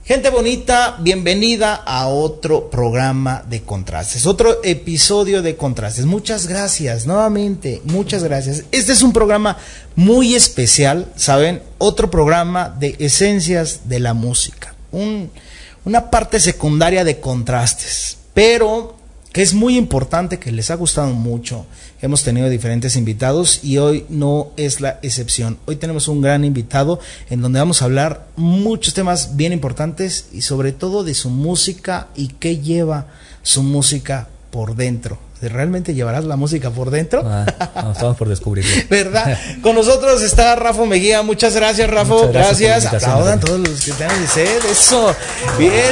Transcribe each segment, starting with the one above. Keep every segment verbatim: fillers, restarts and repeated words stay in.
Gente bonita, bienvenida a otro programa de Contrastes, otro episodio de Contrastes. Muchas gracias, nuevamente, muchas gracias. Este es un programa muy especial, ¿saben? Otro programa de esencias de la música, un, una parte secundaria de Contrastes, pero que es muy importante, que les ha gustado mucho. Hemos tenido diferentes invitados y hoy no es la excepción. Hoy tenemos un gran invitado en donde vamos a hablar muchos temas bien importantes y sobre todo de su música y qué lleva su música por dentro. ¿Realmente llevarás la música por dentro? Ah, no, estamos por descubrirlo. ¿Verdad? Con nosotros está Rafa Mejía. Muchas gracias, Rafa. Muchas gracias. gracias. Aplaudan todos los que tengan de sed. Eso. Bien.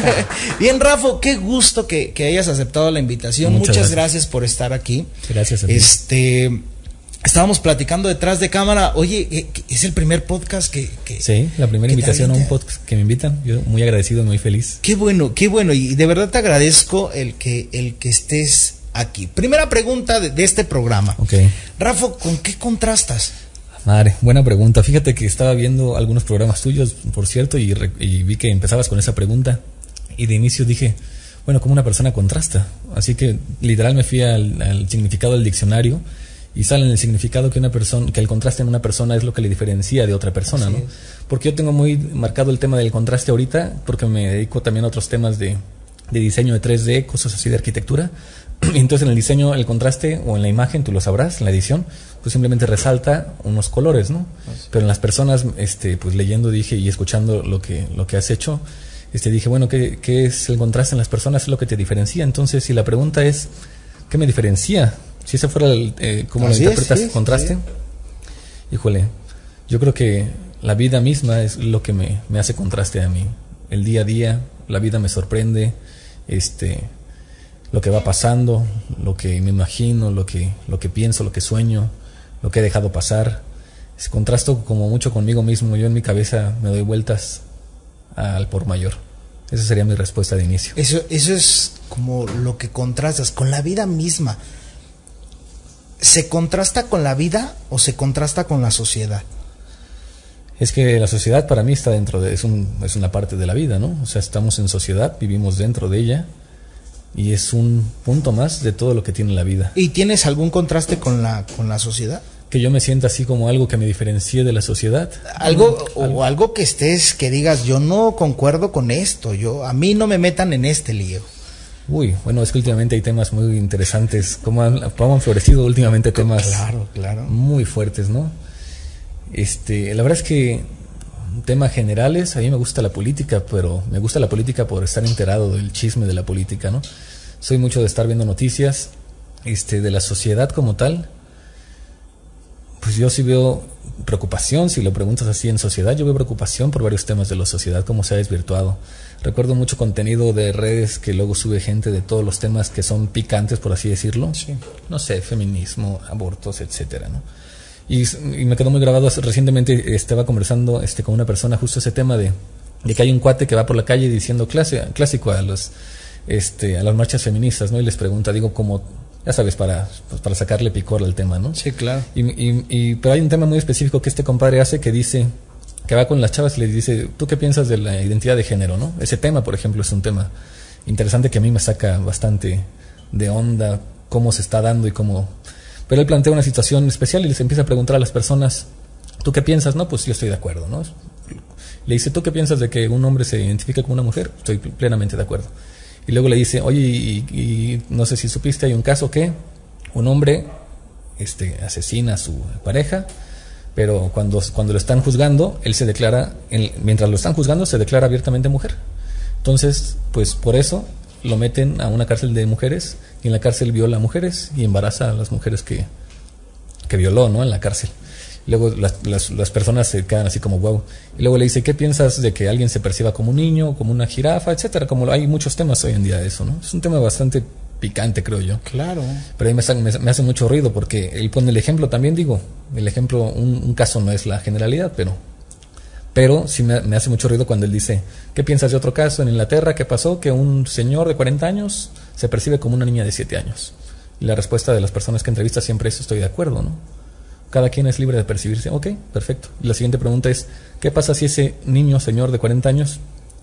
Bien, Rafa. Qué gusto que, que hayas aceptado la invitación. Muchas, Muchas gracias. gracias por estar aquí. Gracias a ti. Este. Estábamos platicando detrás de cámara. Oye, es el primer podcast que... que sí, la primera invitación a un podcast que me invitan. Yo muy agradecido, muy feliz. Qué bueno, qué bueno. Y de verdad te agradezco el que, el que estés aquí. Primera pregunta de, de este programa. Okay. Rafa, ¿con qué contrastas? Madre, buena pregunta. Fíjate que estaba viendo algunos programas tuyos, por cierto, y, y vi que empezabas con esa pregunta. Y de inicio dije, bueno, ¿cómo una persona contrasta? Así que literal me fui al, al significado del diccionario. Y sale en el significado que una persona, que el contraste en una persona es lo que le diferencia de otra persona, Así ¿no? Es. Porque yo tengo muy marcado el tema del contraste ahorita, porque me dedico también a otros temas de, de diseño de tres D, cosas así de arquitectura. Y entonces en el diseño, el contraste, o en la imagen, tú lo sabrás, en la edición, pues simplemente resalta unos colores, ¿no? Así. Pero en las personas, este, pues leyendo dije y escuchando lo que, lo que has hecho, este, dije, bueno, ¿qué, qué es el contraste en las personas? Es lo que te diferencia. Entonces, si la pregunta es, ¿qué me diferencia? Si ese fuera el, eh, cómo Así lo interpretas, es, sí, contraste, sí. Híjole, yo creo que la vida misma es lo que me, me hace contraste a mí. El día a día, la vida me sorprende, este, lo que va pasando, lo que me imagino, lo que, lo que pienso, lo que sueño, lo que he dejado pasar. Es contrasto como mucho conmigo mismo. Yo en mi cabeza me doy vueltas al por mayor. Esa sería mi respuesta de inicio. Eso, eso es como lo que contrastas con la vida misma. ¿Se contrasta con la vida o se contrasta con la sociedad? Es que la sociedad para mí está dentro de, es, un, es una parte de la vida, ¿no? O sea, estamos en sociedad, vivimos dentro de ella y es un punto más de todo lo que tiene la vida. ¿Y tienes algún contraste con la, con la sociedad? Que yo me sienta así como algo que me diferencie de la sociedad. Algo, o algo, algo que estés, que digas, yo no concuerdo con esto, yo, a mí no me metan en este lío. Uy, bueno, es que últimamente hay temas muy interesantes, como han, como han florecido últimamente temas claro, claro. muy fuertes, ¿no? Este, la verdad es que temas generales, a mí me gusta la política, pero me gusta la política por estar enterado del chisme de la política, ¿no? Soy mucho de estar viendo noticias, este, de la sociedad como tal. Pues yo sí veo preocupación, si lo preguntas así en sociedad, yo veo preocupación por varios temas de la sociedad, cómo se ha desvirtuado. Recuerdo mucho contenido de redes que luego sube gente de todos los temas que son picantes, por así decirlo. Sí. No sé, feminismo, abortos, etcétera, ¿no? Y, y me quedó muy grabado. Recientemente estaba conversando este, con una persona justo ese tema de, de que hay un cuate que va por la calle diciendo clase, clásico a los este a las marchas feministas, ¿no? Y les pregunta, digo, como, ya sabes, para, pues, para sacarle picor al tema, ¿no? Sí, claro. Y, y, y, pero hay un tema muy específico que este compadre hace que dice, que va con las chavas y les dice, ¿tú qué piensas de la identidad de género, no? Ese tema, por ejemplo, es un tema interesante que a mí me saca bastante de onda, cómo se está dando y cómo... Pero él plantea una situación especial y les empieza a preguntar a las personas, ¿tú qué piensas? No, pues yo estoy de acuerdo, ¿no? Le dice, ¿tú qué piensas de que un hombre se identifique como una mujer? Estoy plenamente de acuerdo. Y luego le dice, oye, y, y no sé si supiste, hay un caso que un hombre este, asesina a su pareja, pero cuando, cuando lo están juzgando, él se declara, él, mientras lo están juzgando, se declara abiertamente mujer. Entonces, pues por eso lo meten a una cárcel de mujeres y en la cárcel viola a mujeres y embaraza a las mujeres que, que violó, ¿no? En la cárcel. Luego las, las, las personas se quedan así como wow. Y luego le dice, ¿qué piensas de que alguien se perciba como un niño, como una jirafa, etcétera? Como hay muchos temas hoy en día de eso, ¿no? Es un tema bastante picante, creo yo. Claro. Pero a mí me, me, me hace mucho ruido porque él pone el ejemplo también, digo, el ejemplo, un, un caso no es la generalidad, pero pero sí me, me hace mucho ruido cuando él dice, ¿qué piensas de otro caso en Inglaterra? ¿Qué pasó? Que un señor de cuarenta años se percibe como una niña de siete años. Y la respuesta de las personas que entrevista siempre es, estoy de acuerdo, ¿no? Cada quien es libre de percibirse. Ok, perfecto. Y la siguiente pregunta es, ¿qué pasa si ese niño, señor de cuarenta años,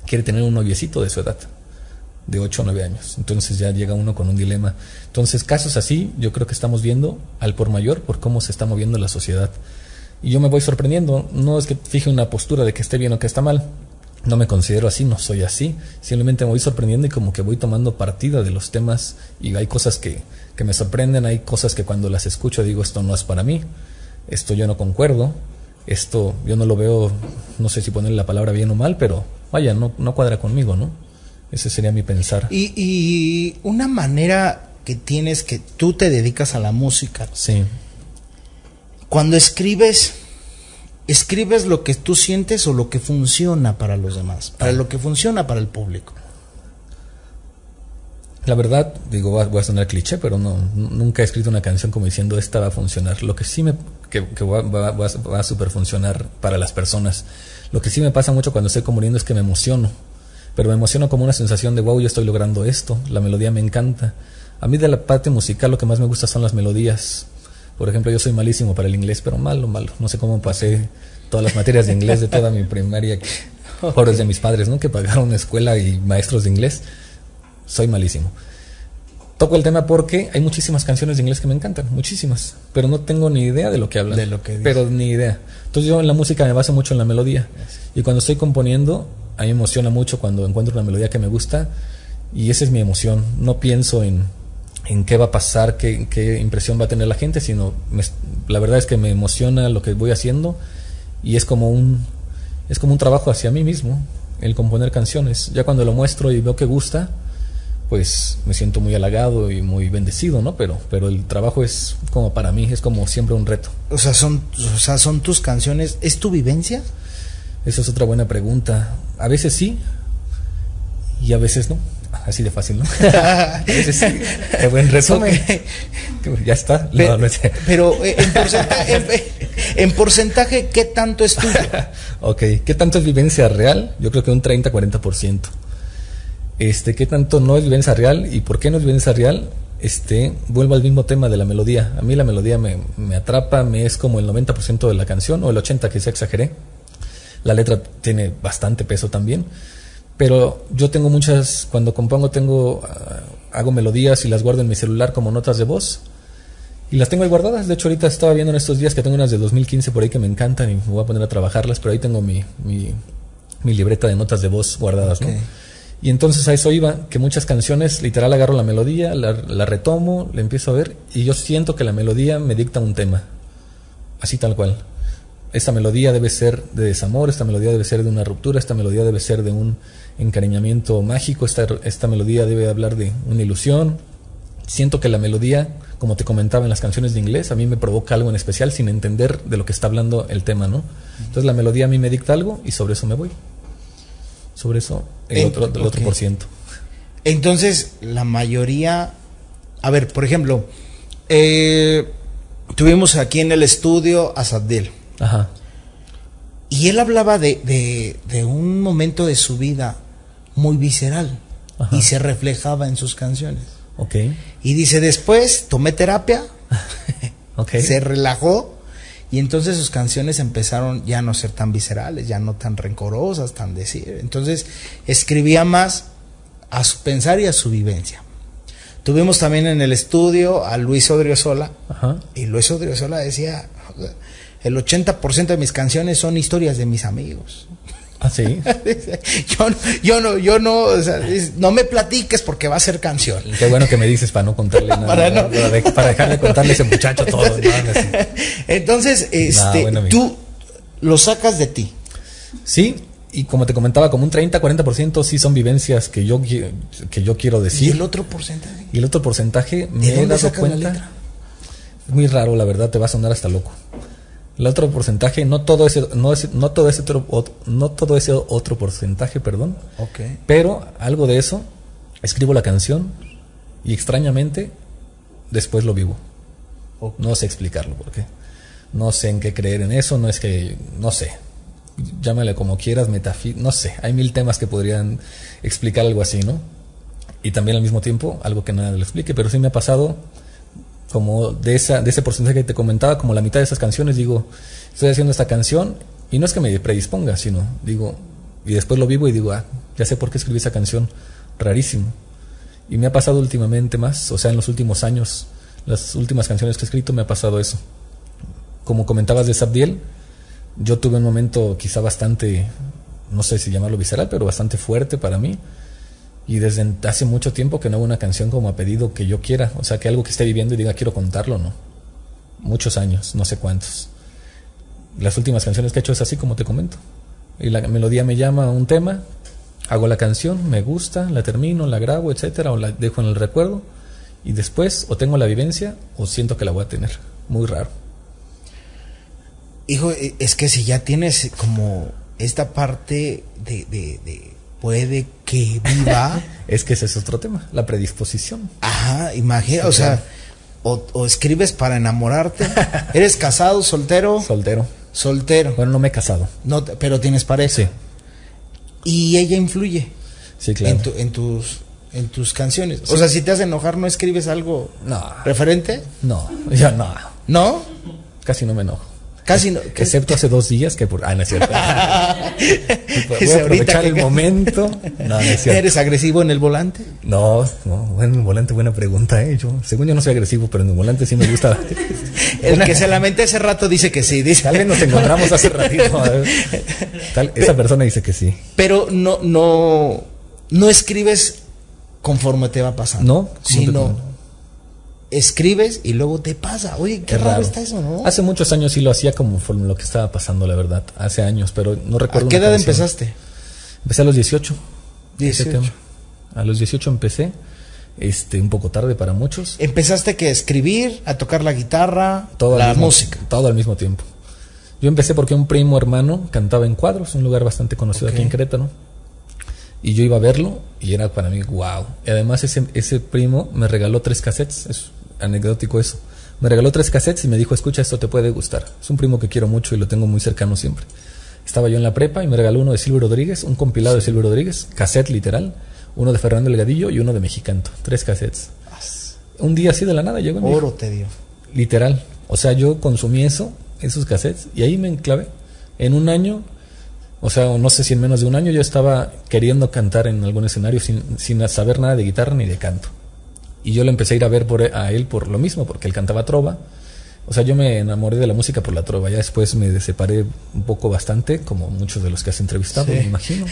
quiere tener un noviecito de su edad, de ocho o nueve años. Entonces ya llega uno con un dilema. Entonces casos así yo creo que estamos viendo al por mayor por cómo se está moviendo la sociedad. Y yo me voy sorprendiendo. No es que fije una postura de que esté bien o que está mal. No me considero así, no soy así. Simplemente me voy sorprendiendo y como que voy tomando partida de los temas. Y hay cosas que, que me sorprenden. Hay cosas que cuando las escucho digo, esto no es para mí. Esto yo no concuerdo. Esto yo no lo veo, no sé si ponerle la palabra bien o mal, pero vaya, no, no cuadra conmigo, ¿no? Ese sería mi pensar. Y, y una manera que tienes, que tú te dedicas a la música. Sí. Cuando escribes, ¿escribes lo que tú sientes o lo que funciona para los demás? Para lo que funciona para el público. La verdad, digo, voy a sonar cliché, pero no, nunca he escrito una canción como diciendo esta va a funcionar. Lo que sí me, que, que va, va, va, va a super funcionar para las personas. Lo que sí me pasa mucho cuando estoy componiendo es que me emociono. Pero me emociono como una sensación de wow, yo estoy logrando esto. La melodía me encanta. A mí de la parte musical lo que más me gusta son las melodías. Por ejemplo, yo soy malísimo para el inglés, pero malo, malo. No sé cómo pasé todas las materias de inglés de toda mi primaria. Okay. Pobres de mis padres, ¿no? Que pagaron escuela y maestros de inglés. Soy malísimo. Toco el tema porque hay muchísimas canciones de inglés que me encantan, muchísimas, pero no tengo ni idea de lo que hablan. De lo que dice. Pero ni idea. Entonces yo en la música me baso mucho en la melodía. Y cuando estoy componiendo, a mí me emociona mucho cuando encuentro una melodía que me gusta. Y esa es mi emoción. No pienso en, en qué va a pasar, qué, qué impresión va a tener la gente, sino me, la verdad es que me emociona lo que voy haciendo. Y es como un, es como un trabajo hacia mí mismo, el componer canciones. Ya cuando lo muestro y veo que gusta, pues me siento muy halagado y muy bendecido, ¿no? Pero, pero el trabajo es como para mí, es como siempre un reto. O sea, son, o sea, son tus canciones, ¿es tu vivencia? Esa es otra buena pregunta. A veces sí y a veces no. Así de fácil, ¿no? A veces sí. Qué buen reto. Me... Ya está. Pero, no, no es... pero eh, en, porcentaje, en, en porcentaje, ¿qué tanto es tuyo? Ok, ¿qué tanto es vivencia real? Yo creo que un treinta a cuarenta por ciento. Este, ¿qué tanto no es vivencia real? ¿Y por qué no es vivencia real? Este, vuelvo al mismo tema de la melodía. A mí la melodía me, me atrapa, me es como el noventa por ciento de la canción, o el ochenta por ciento, que se exageré. La letra tiene bastante peso también. Pero yo tengo muchas, cuando compongo tengo, uh, hago melodías y las guardo en mi celular como notas de voz. Y las tengo ahí guardadas. De hecho, ahorita estaba viendo en estos días que tengo unas de dos mil quince por ahí que me encantan y me voy a poner a trabajarlas, pero ahí tengo mi, mi, mi libreta de notas de voz guardadas, okay, ¿no? Y entonces a eso iba, que muchas canciones, literal agarro la melodía, la, la retomo, la empiezo a ver y yo siento que la melodía me dicta un tema, así tal cual. Esta melodía debe ser de desamor, esta melodía debe ser de una ruptura, esta melodía debe ser de un encariñamiento mágico, esta, esta melodía debe hablar de una ilusión. Siento que la melodía, como te comentaba en las canciones de inglés, a mí me provoca algo en especial sin entender de lo que está hablando el tema, ¿no? Entonces la melodía a mí me dicta algo y sobre eso me voy. Sobre eso, el, eh, otro, el okay. otro por ciento. Entonces, la mayoría... A ver, por ejemplo, eh, tuvimos aquí en el estudio a Sadil. Ajá. Y él hablaba de, de, de un momento de su vida muy visceral. Ajá. Y se reflejaba en sus canciones. Okay. Y dice, después tomé terapia, okay, se relajó. Y entonces sus canciones empezaron ya a no ser tan viscerales, ya no tan rencorosas, tan decir. Entonces escribía más a su pensar y a su vivencia. Tuvimos también en el estudio a Luis Odriozola. Ajá. Y Luis Odriozola decía, el ochenta por ciento de mis canciones son historias de mis amigos. ¿Ah, sí? yo, yo no, yo no, o sea, no me platiques porque va a ser canción. Qué bueno que me dices para no contarle nada. para, no. para, de, para dejar de contarle a ese muchacho todo. ¿No? Entonces, este, nah, bueno, tú lo sacas de ti. Sí, y como te comentaba, como un treinta a cuarenta por ciento sí son vivencias que yo, que yo quiero decir. ¿Y el otro porcentaje? Y el otro porcentaje me he dado cuenta. Es muy raro, la verdad, te va a sonar hasta loco. El otro porcentaje, no todo ese, no, es, no todo ese otro, no todo ese otro porcentaje, perdón. Okay. Pero algo de eso, escribo la canción y extrañamente después lo vivo. Okay. No sé explicarlo porque no sé en qué creer en eso, no es que, no sé, llámale como quieras, metafísica, no sé, hay mil temas que podrían explicar algo así, ¿no? Y también al mismo tiempo algo que nada lo explique, pero sí me ha pasado. Como de, esa, de ese porcentaje que te comentaba, como la mitad de esas canciones, digo, estoy haciendo esta canción y no es que me predisponga, sino digo, y después lo vivo y digo, ah, ya sé por qué escribí esa canción, rarísimo. Y me ha pasado últimamente más, o sea, en los últimos años, las últimas canciones que he escrito me ha pasado eso. Como comentabas de Sabdiel, yo tuve un momento quizá bastante, no sé si llamarlo visceral, pero bastante fuerte para mí. Y desde hace mucho tiempo que no hago una canción como a pedido que yo quiera, o sea, que algo que esté viviendo y diga quiero contarlo, no. Muchos años, no sé cuántos. Las últimas canciones que he hecho es así como te comento. Y la melodía me llama a un tema, hago la canción, me gusta, la termino, la grabo, etcétera, o la dejo en el recuerdo. Y después o tengo la vivencia o siento que la voy a tener. Muy raro. Hijo, es que si ya tienes como esta parte de, de, de puede que viva. Es que ese es otro tema, la predisposición. Ajá, imagina, sí, o sea, o, o escribes para enamorarte. ¿Eres casado, soltero? Soltero. Soltero. Bueno, no me he casado. No, pero tienes pareja. Sí. Y ella influye. Sí, claro. En, tu, en tus en tus canciones. Sí. O sea, si te hace enojar, ¿no escribes algo no. referente? No, yo no. ¿No? Casi no me enojo. Casi no. Excepto hace dos días que por... Ah, no es cierto. Voy a aprovechar el momento. No, no es cierto. ¿Eres agresivo en el volante? No, no, en el volante buena pregunta, ¿eh? Yo, según yo no soy agresivo, pero en el volante sí me gusta. El que se lamente hace rato dice que sí. Dice. Tal vez nos encontramos hace ratito. Tal, esa persona dice que sí. Pero no, no, no escribes conforme te va pasando. No, sino escribes y luego te pasa. Oye, qué, qué raro, raro está eso, ¿no? Hace muchos años sí lo hacía como por lo que estaba pasando, la verdad. Hace años, pero no recuerdo. ¿A qué edad canción. empezaste? Empecé a los dieciocho. dieciocho. A los dieciocho empecé. Este, un poco tarde para muchos. ¿Empezaste que a escribir, a tocar la guitarra, todo la mismo, música? Todo al mismo tiempo. Yo empecé porque un primo hermano cantaba en Cuadros, un lugar bastante conocido okay. aquí en Querétaro. Y yo iba a verlo y era para mí wow. Y además ese, ese primo me regaló tres cassettes. Es anecdótico eso. Me regaló tres cassettes y me dijo, escucha, esto te puede gustar. Es un primo que quiero mucho y lo tengo muy cercano siempre. Estaba yo en la prepa y me regaló uno de Silvio Rodríguez, un compilado sí. de Silvio Rodríguez, cassette literal, uno de Fernando Delgadillo y uno de Mexicanto. Tres cassettes. Un día así de la nada llegó. Oro te dio. Literal. O sea, yo consumí eso, esos cassettes, y ahí me enclavé. En un año, o sea, no sé si en menos de un año, yo estaba queriendo cantar en algún escenario sin, sin saber nada de guitarra ni de canto. Y yo lo empecé a ir a ver por, a él por lo mismo, porque él cantaba trova. O sea, yo me enamoré de la música por la trova. Ya después me separé un poco bastante, como muchos de los que has entrevistado, sí. me imagino.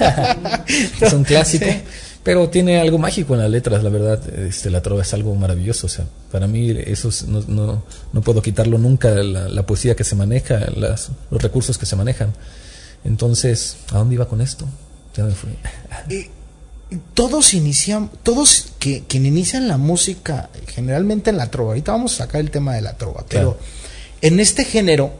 Es un clásico, sí. pero tiene algo mágico en las letras, la verdad. Este, la trova es algo maravilloso. O sea, para mí eso es, no, no, no puedo quitarlo nunca, la, la poesía que se maneja, las, los recursos que se manejan. Entonces, ¿a dónde iba con esto? Ya me fui. Y todos inician, todos que, quien inician la música, generalmente en la trova, ahorita vamos a sacar el tema de la trova, claro. pero en este género,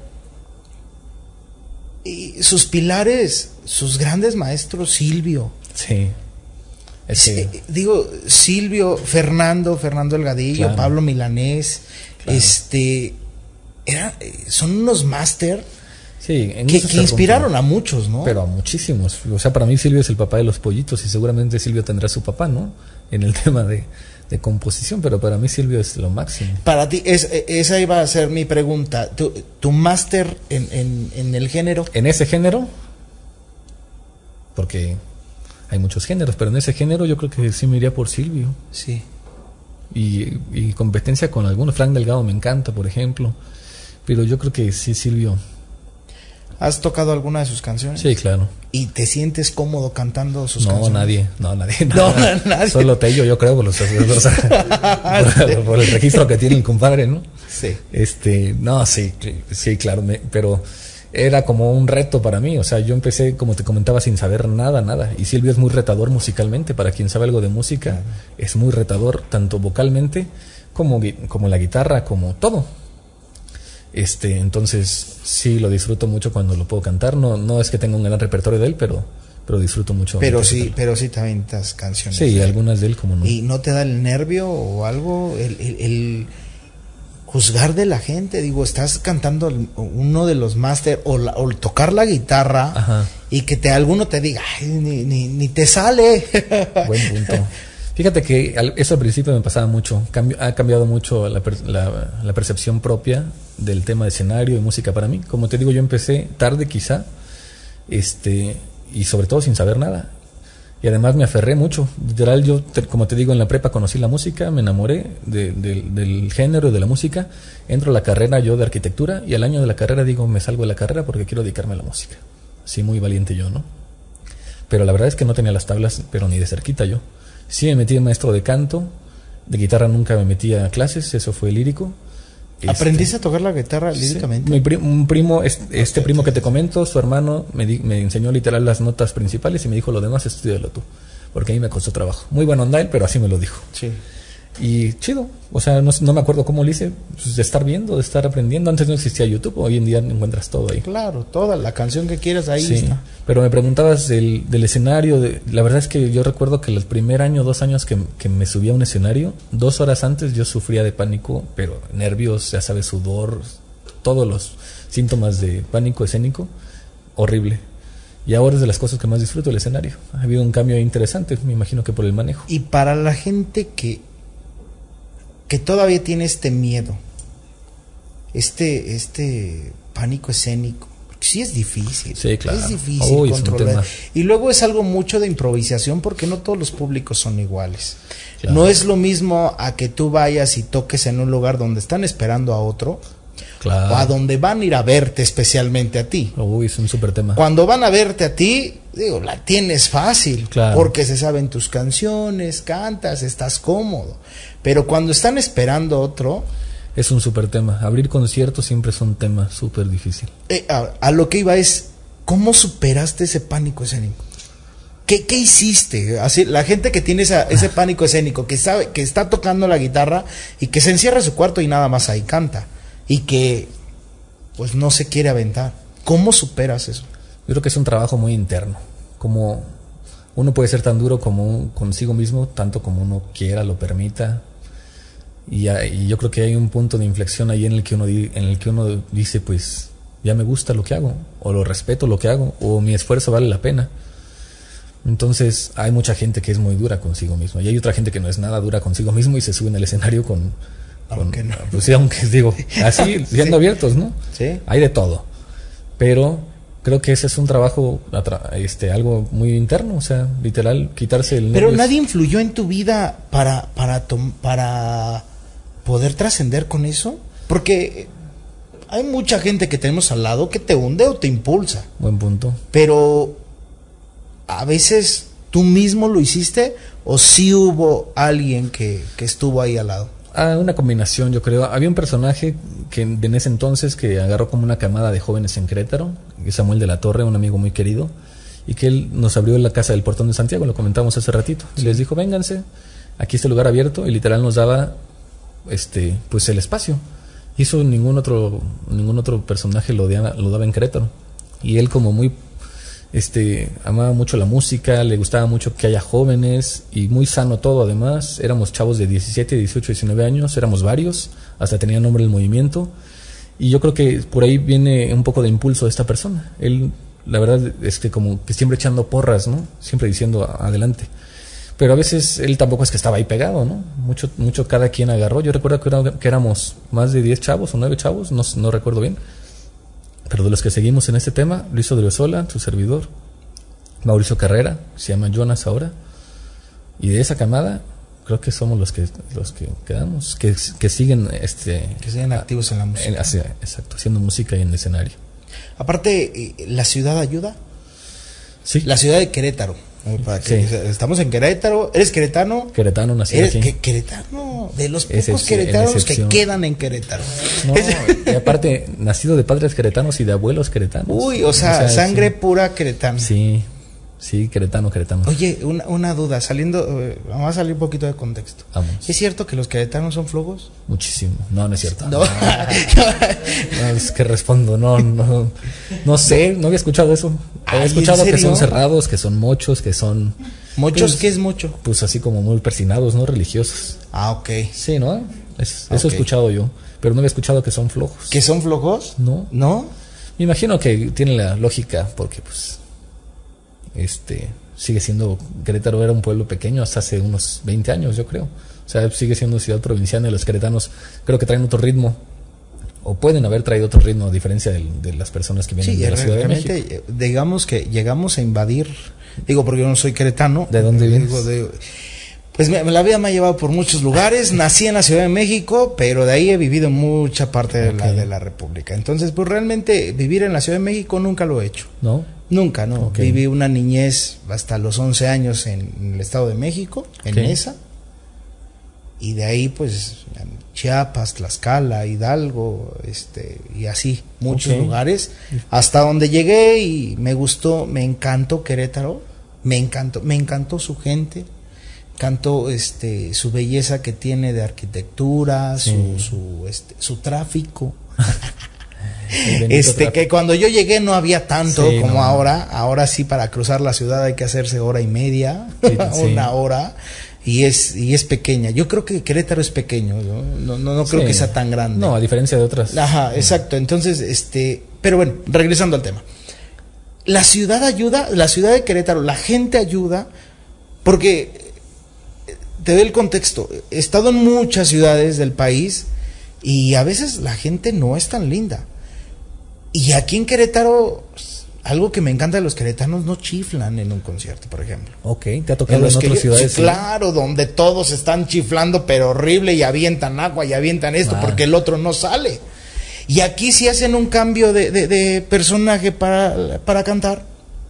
y sus pilares, sus grandes maestros, Silvio. Sí. Es que... sí digo, Silvio, Fernando, Fernando Delgadillo, claro. Pablo Milanés, claro. este, era, son unos máster. Sí, en que, que inspiraron a muchos, ¿no? Pero a muchísimos. O sea, para mí Silvio es el papá de los pollitos y seguramente Silvio tendrá su papá, ¿no? En el tema de, de composición, pero para mí Silvio es lo máximo. Para ti, es, esa iba a ser mi pregunta. ¿Tu, tu máster en, en, en el género? En ese género, porque hay muchos géneros, pero en ese género yo creo que sí me iría por Silvio. Sí. Y, y competencia con algunos. Frank Delgado me encanta, por ejemplo. Pero yo creo que sí, Silvio. ¿Has tocado alguna de sus canciones? Sí, claro. ¿Y te sientes cómodo cantando sus no, canciones? Nadie, no, nadie. No, nadie. nadie. Solo Tello, yo creo, por, los, los, por, por el registro que tiene el compadre, ¿no? Sí. Este, no, sí, sí, claro, me, pero era como un reto para mí. O sea, yo empecé, como te comentaba, sin saber nada, nada. Y Silvio es muy retador musicalmente. Para quien sabe algo de música, claro. es muy retador, tanto vocalmente como, como la guitarra, como todo. Este, entonces sí lo disfruto mucho cuando lo puedo cantar. No, no es que tenga un gran repertorio de él, pero, pero disfruto mucho. Pero sí, pero sí te aventas canciones. Sí, de algunas de él, como no. ¿Y no te da el nervio o algo? El, el, el juzgar de la gente. Digo, estás cantando uno de los máster o, la, o tocar la guitarra. Ajá. Y que te alguno te diga, ay, ni, ni, ni te sale. Buen punto. Fíjate que eso al principio me pasaba mucho. Cambi- ha cambiado mucho la, per- la, la percepción propia del tema de escenario y música para mí. Como te digo, yo empecé tarde quizá, este, y sobre todo sin saber nada. Y además me aferré mucho. Literal, yo, te, como te digo, en la prepa conocí la música, me enamoré de, de, del género, de la música. Entro a la carrera yo de arquitectura y al año de la carrera digo, me salgo de la carrera porque quiero dedicarme a la música. Así muy valiente yo, ¿no? Pero la verdad es que no tenía las tablas, pero ni de cerquita yo. Sí me metí en maestro de canto, de guitarra nunca me metí a clases, eso fue lírico. ¿Aprendiste este, a tocar la guitarra líricamente? Sí. Mi pri un primo, este, este primo que te comento, su hermano, me, di me enseñó literal las notas principales y me dijo, lo demás estudialo tú, porque a mí me costó trabajo. Muy buen onda él, pero así me lo dijo. Sí. Y chido, o sea, no, no me acuerdo cómo lo hice, pues de estar viendo, de estar aprendiendo. Antes no existía YouTube, hoy en día encuentras todo ahí. Claro, toda la canción que quieras ahí sí, está. Pero me preguntabas del, del escenario, de, la verdad es que yo recuerdo que el primer año, dos años que, que me subía a un escenario, dos horas antes yo sufría de pánico, pero nervios, ya sabes, sudor, todos los síntomas de pánico escénico, horrible. Y ahora es de las cosas que más disfruto el escenario. Ha habido un cambio interesante, me imagino que por el manejo. Y para la gente que que todavía tiene este miedo, este este pánico escénico, porque sí es difícil, sí, claro. es difícil Uy, controlar. Es y luego es algo mucho de improvisación porque no todos los públicos son iguales. Claro. No es lo mismo a que tú vayas y toques en un lugar donde están esperando a otro, claro, o a donde van a ir a verte especialmente a ti. Uy, es un súper tema. Cuando van a verte a ti, digo, la tienes fácil, claro, porque se saben tus canciones, cantas, estás cómodo. Pero cuando están esperando a otro, es un súper tema. Abrir conciertos siempre es un tema súper difícil. Eh, a, a lo que iba es, ¿cómo superaste ese pánico escénico? ¿Qué, qué hiciste? Así, la gente que tiene esa, ese pánico escénico, que sabe, que está tocando la guitarra y que se encierra en su cuarto y nada más ahí canta, y que pues no se quiere aventar. ¿Cómo superas eso? Yo creo que es un trabajo muy interno. Como uno puede ser tan duro como consigo mismo, tanto como uno quiera, lo permita. Y, y yo creo que hay un punto de inflexión ahí en el que uno en el que uno dice, pues ya me gusta lo que hago, o lo respeto lo que hago, o mi esfuerzo vale la pena. Entonces hay mucha gente que es muy dura consigo mismo y hay otra gente que no es nada dura consigo mismo y se sube en el escenario con, aunque con no. Pues sí, aunque digo así, siendo sí. abiertos, ¿no? Sí. Hay de todo, pero creo que ese es un trabajo, este, algo muy interno, o sea, literal, quitarse el Pero nervios. nadie influyó en tu vida para para para poder trascender con eso, porque hay mucha gente que tenemos al lado que te hunde o te impulsa. Buen punto. Pero a veces tú mismo lo hiciste o sí hubo alguien que, que estuvo ahí al lado. Ah, una combinación, yo creo. Había un personaje que en ese entonces que agarró como una camada de jóvenes en Querétaro, Samuel de la Torre, un amigo muy querido, y que él nos abrió la casa del Portón de Santiago, lo comentamos hace ratito, y les dijo, vénganse, aquí está el lugar abierto, y literal nos daba este pues el espacio. Hizo ningún otro ningún otro personaje lo daba, lo daba en Querétaro, y él como muy este amaba mucho la música, le gustaba mucho que haya jóvenes y muy sano todo. Además éramos chavos de diecisiete, dieciocho, diecinueve años, éramos varios, hasta tenía nombre el movimiento, y yo creo que por ahí viene un poco de impulso de esta persona. Él, la verdad es que como que siempre echando porras, ¿no? Siempre diciendo adelante, pero a veces él tampoco es que estaba ahí pegado, ¿no? Mucho mucho cada quien agarró. Yo recuerdo que, era, que éramos más de diez chavos o nueve chavos, no, no recuerdo bien. Pero de los que seguimos en este tema, Luis Odriozola, tu servidor, Mauricio Carrera, se llama Jonas ahora, y de esa camada creo que somos los que los que quedamos, que, que siguen este que siguen activos en la música. En, hacia, exacto, haciendo música y en el escenario. Aparte, ¿la ciudad ayuda? Sí. La ciudad de Querétaro. Para que sí. Estamos en Querétaro. ¿Eres queretano? Queretano, nacido ¿Eres aquí. Que, queretano? De los pocos Excep queretanos que quedan en Querétaro. No, y aparte, nacido de padres queretanos y de abuelos queretanos. Uy, o sea, o sea sangre sí. pura queretana. Sí, sí, queretano, queretano. Oye, una, una duda, saliendo, eh, vamos a salir un poquito de contexto. Vamos. ¿Es cierto que los queretanos son flojos? Muchísimo. No, no es cierto. No, no, no es que respondo, no, no, no sé, no había escuchado eso. Había escuchado que son cerrados, que son mochos, que son... ¿Mochos? Pues, ¿qué es mocho? Pues así como muy persinados, ¿no? Religiosos. Ah, ok. Sí, ¿no? Es, eso okay. he escuchado yo, pero no había escuchado que son flojos. ¿Que son flojos? No. ¿No? Me imagino que tiene la lógica, porque pues este sigue siendo, Querétaro era un pueblo pequeño hasta hace unos veinte años, yo creo. O sea, sigue siendo ciudad provinciana y los queretanos creo que traen otro ritmo, o pueden haber traído otro ritmo a diferencia de, de las personas que vienen sí, de la Ciudad de México. Digamos que llegamos a invadir, digo porque yo no soy queretano. ¿De dónde vienes? Digo, de, pues me, la vida me ha llevado por muchos lugares, nací en la Ciudad de México, pero de ahí he vivido en mucha parte de, okay. la, de la República. Entonces, pues realmente vivir en la Ciudad de México nunca lo he hecho. ¿No? Nunca, no. Okay. Viví una niñez hasta los once años en, en el Estado de México, en okay. Mesa. Y de ahí, pues, Chiapas, Tlaxcala, Hidalgo, este, y así, muchos okay. lugares, hasta donde llegué y me gustó, me encantó Querétaro, me encantó, me encantó su gente, encantó este, su belleza que tiene de arquitectura, sí. su, su, este, su tráfico. Este, tráfico. Que cuando yo llegué no había tanto sí, como no, ahora, ahora sí para cruzar la ciudad hay que hacerse hora y media, sí, una sí. hora. Y es y es pequeña. Yo creo que Querétaro es pequeño, ¿no? No, no, no creo sí. que sea tan grande. No, a diferencia de otras. Ajá, exacto. Entonces, este, pero bueno, regresando al tema. La ciudad ayuda, la ciudad de Querétaro, la gente ayuda, porque te doy el contexto. He estado en muchas ciudades del país y a veces la gente no es tan linda. Y aquí en Querétaro, algo que me encanta de los queretanos, no chiflan en un concierto, por ejemplo. Ok, ¿te ha tocado en, en otras yo, ciudades? Sí, claro, donde todos están chiflando, pero horrible, y avientan agua, y avientan esto, ah. porque el otro no sale. Y aquí sí hacen un cambio de, de, de personaje para, para cantar.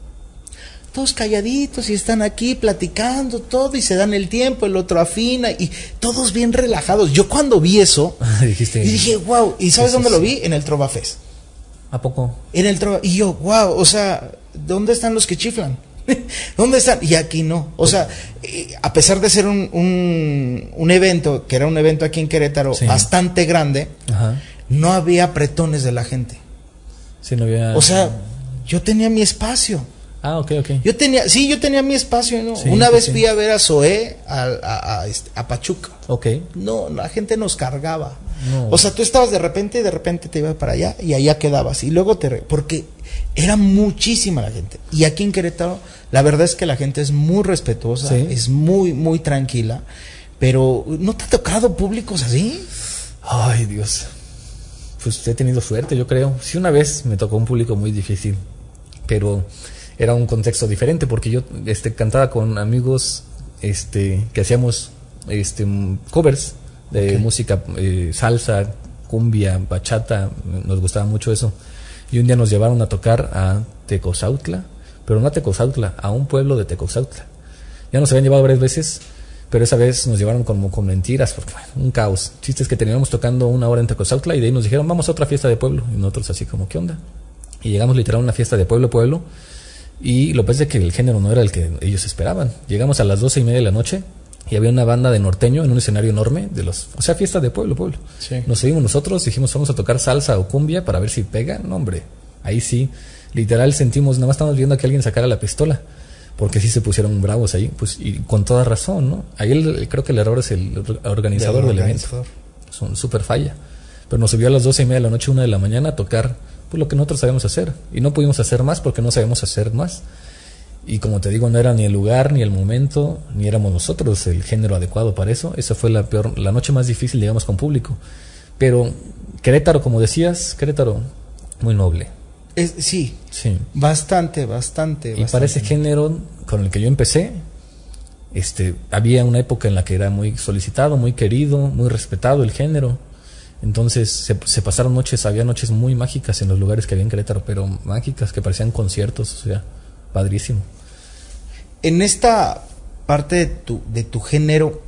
Todos calladitos y están aquí platicando todo, y se dan el tiempo, el otro afina, y todos bien relajados. Yo cuando vi eso, Dijiste, y dije, wow, ¿y sabes dónde sí. lo vi? En el Trova Fest. ¿A poco? En el Trova, y yo, wow, o sea, ¿dónde están los que chiflan? ¿Dónde están? Y aquí no. O sea, eh, a pesar de ser un, un, un evento, que era un evento aquí en Querétaro, sí. bastante grande, Ajá. no había apretones de la gente. Sí, no había... O sea, yo tenía mi espacio. Ah, ok, ok. Yo tenía, sí, yo tenía mi espacio, ¿no? Sí, Una sí, vez sí. fui a ver a Zoé, a, a, a, a Pachuca. Ok. No, la gente nos cargaba. No. O sea, tú estabas de repente y de repente te ibas para allá y allá quedabas. Y luego te... Porque era muchísima la gente. Y aquí en Querétaro, la verdad es que la gente es muy respetuosa, ¿sí? es muy, muy tranquila. Pero, ¿no te ha tocado públicos así? Ay, Dios. Pues he tenido suerte, yo creo. Sí, una vez me tocó un público muy difícil. Pero... era un contexto diferente porque yo este cantaba con amigos este que hacíamos este covers de okay. música eh, salsa, cumbia, bachata, nos gustaba mucho eso. Y un día nos llevaron a tocar a Tecozautla, pero no a Tecozautla, a un pueblo de Tecozautla. Ya nos habían llevado varias veces, pero esa vez nos llevaron como con mentiras, porque bueno, un caos. Chistes que terminamos tocando una hora en Tecozautla y de ahí nos dijeron, vamos a otra fiesta de pueblo. Y nosotros así como, ¿qué onda? Y llegamos literal a una fiesta de pueblo, pueblo. Y lo que pasa es que el género no era el que ellos esperaban. Llegamos a las doce y media de la noche y había una banda de norteño en un escenario enorme, de los, o sea, fiesta de pueblo, pueblo. Sí. Nos seguimos nosotros, dijimos vamos a tocar salsa o cumbia para ver si pega. No, hombre, ahí sí, literal sentimos, nada más estamos viendo a que alguien sacara la pistola, porque sí se pusieron bravos ahí, pues, y con toda razón, ¿no? Ahí el, creo que el error es el organizador del, del evento. Es un súper falla. Pero nos subió a las doce y media de la noche, una de la mañana, a tocar pues lo que nosotros sabemos hacer, y no pudimos hacer más porque no sabemos hacer más, y como te digo, no era ni el lugar, ni el momento, ni éramos nosotros el género adecuado para eso. Esa fue la peor, la noche más difícil, digamos, con público. Pero Querétaro, como decías, Querétaro, muy noble. Es, sí, sí, bastante, bastante. Y bastante. Para ese género con el que yo empecé, este, había una época en la que era muy solicitado, muy querido, muy respetado el género. Entonces se, se pasaron noches, había noches muy mágicas en los lugares que había en Querétaro, pero mágicas, que parecían conciertos, o sea, padrísimo. En esta parte de tu, de tu género,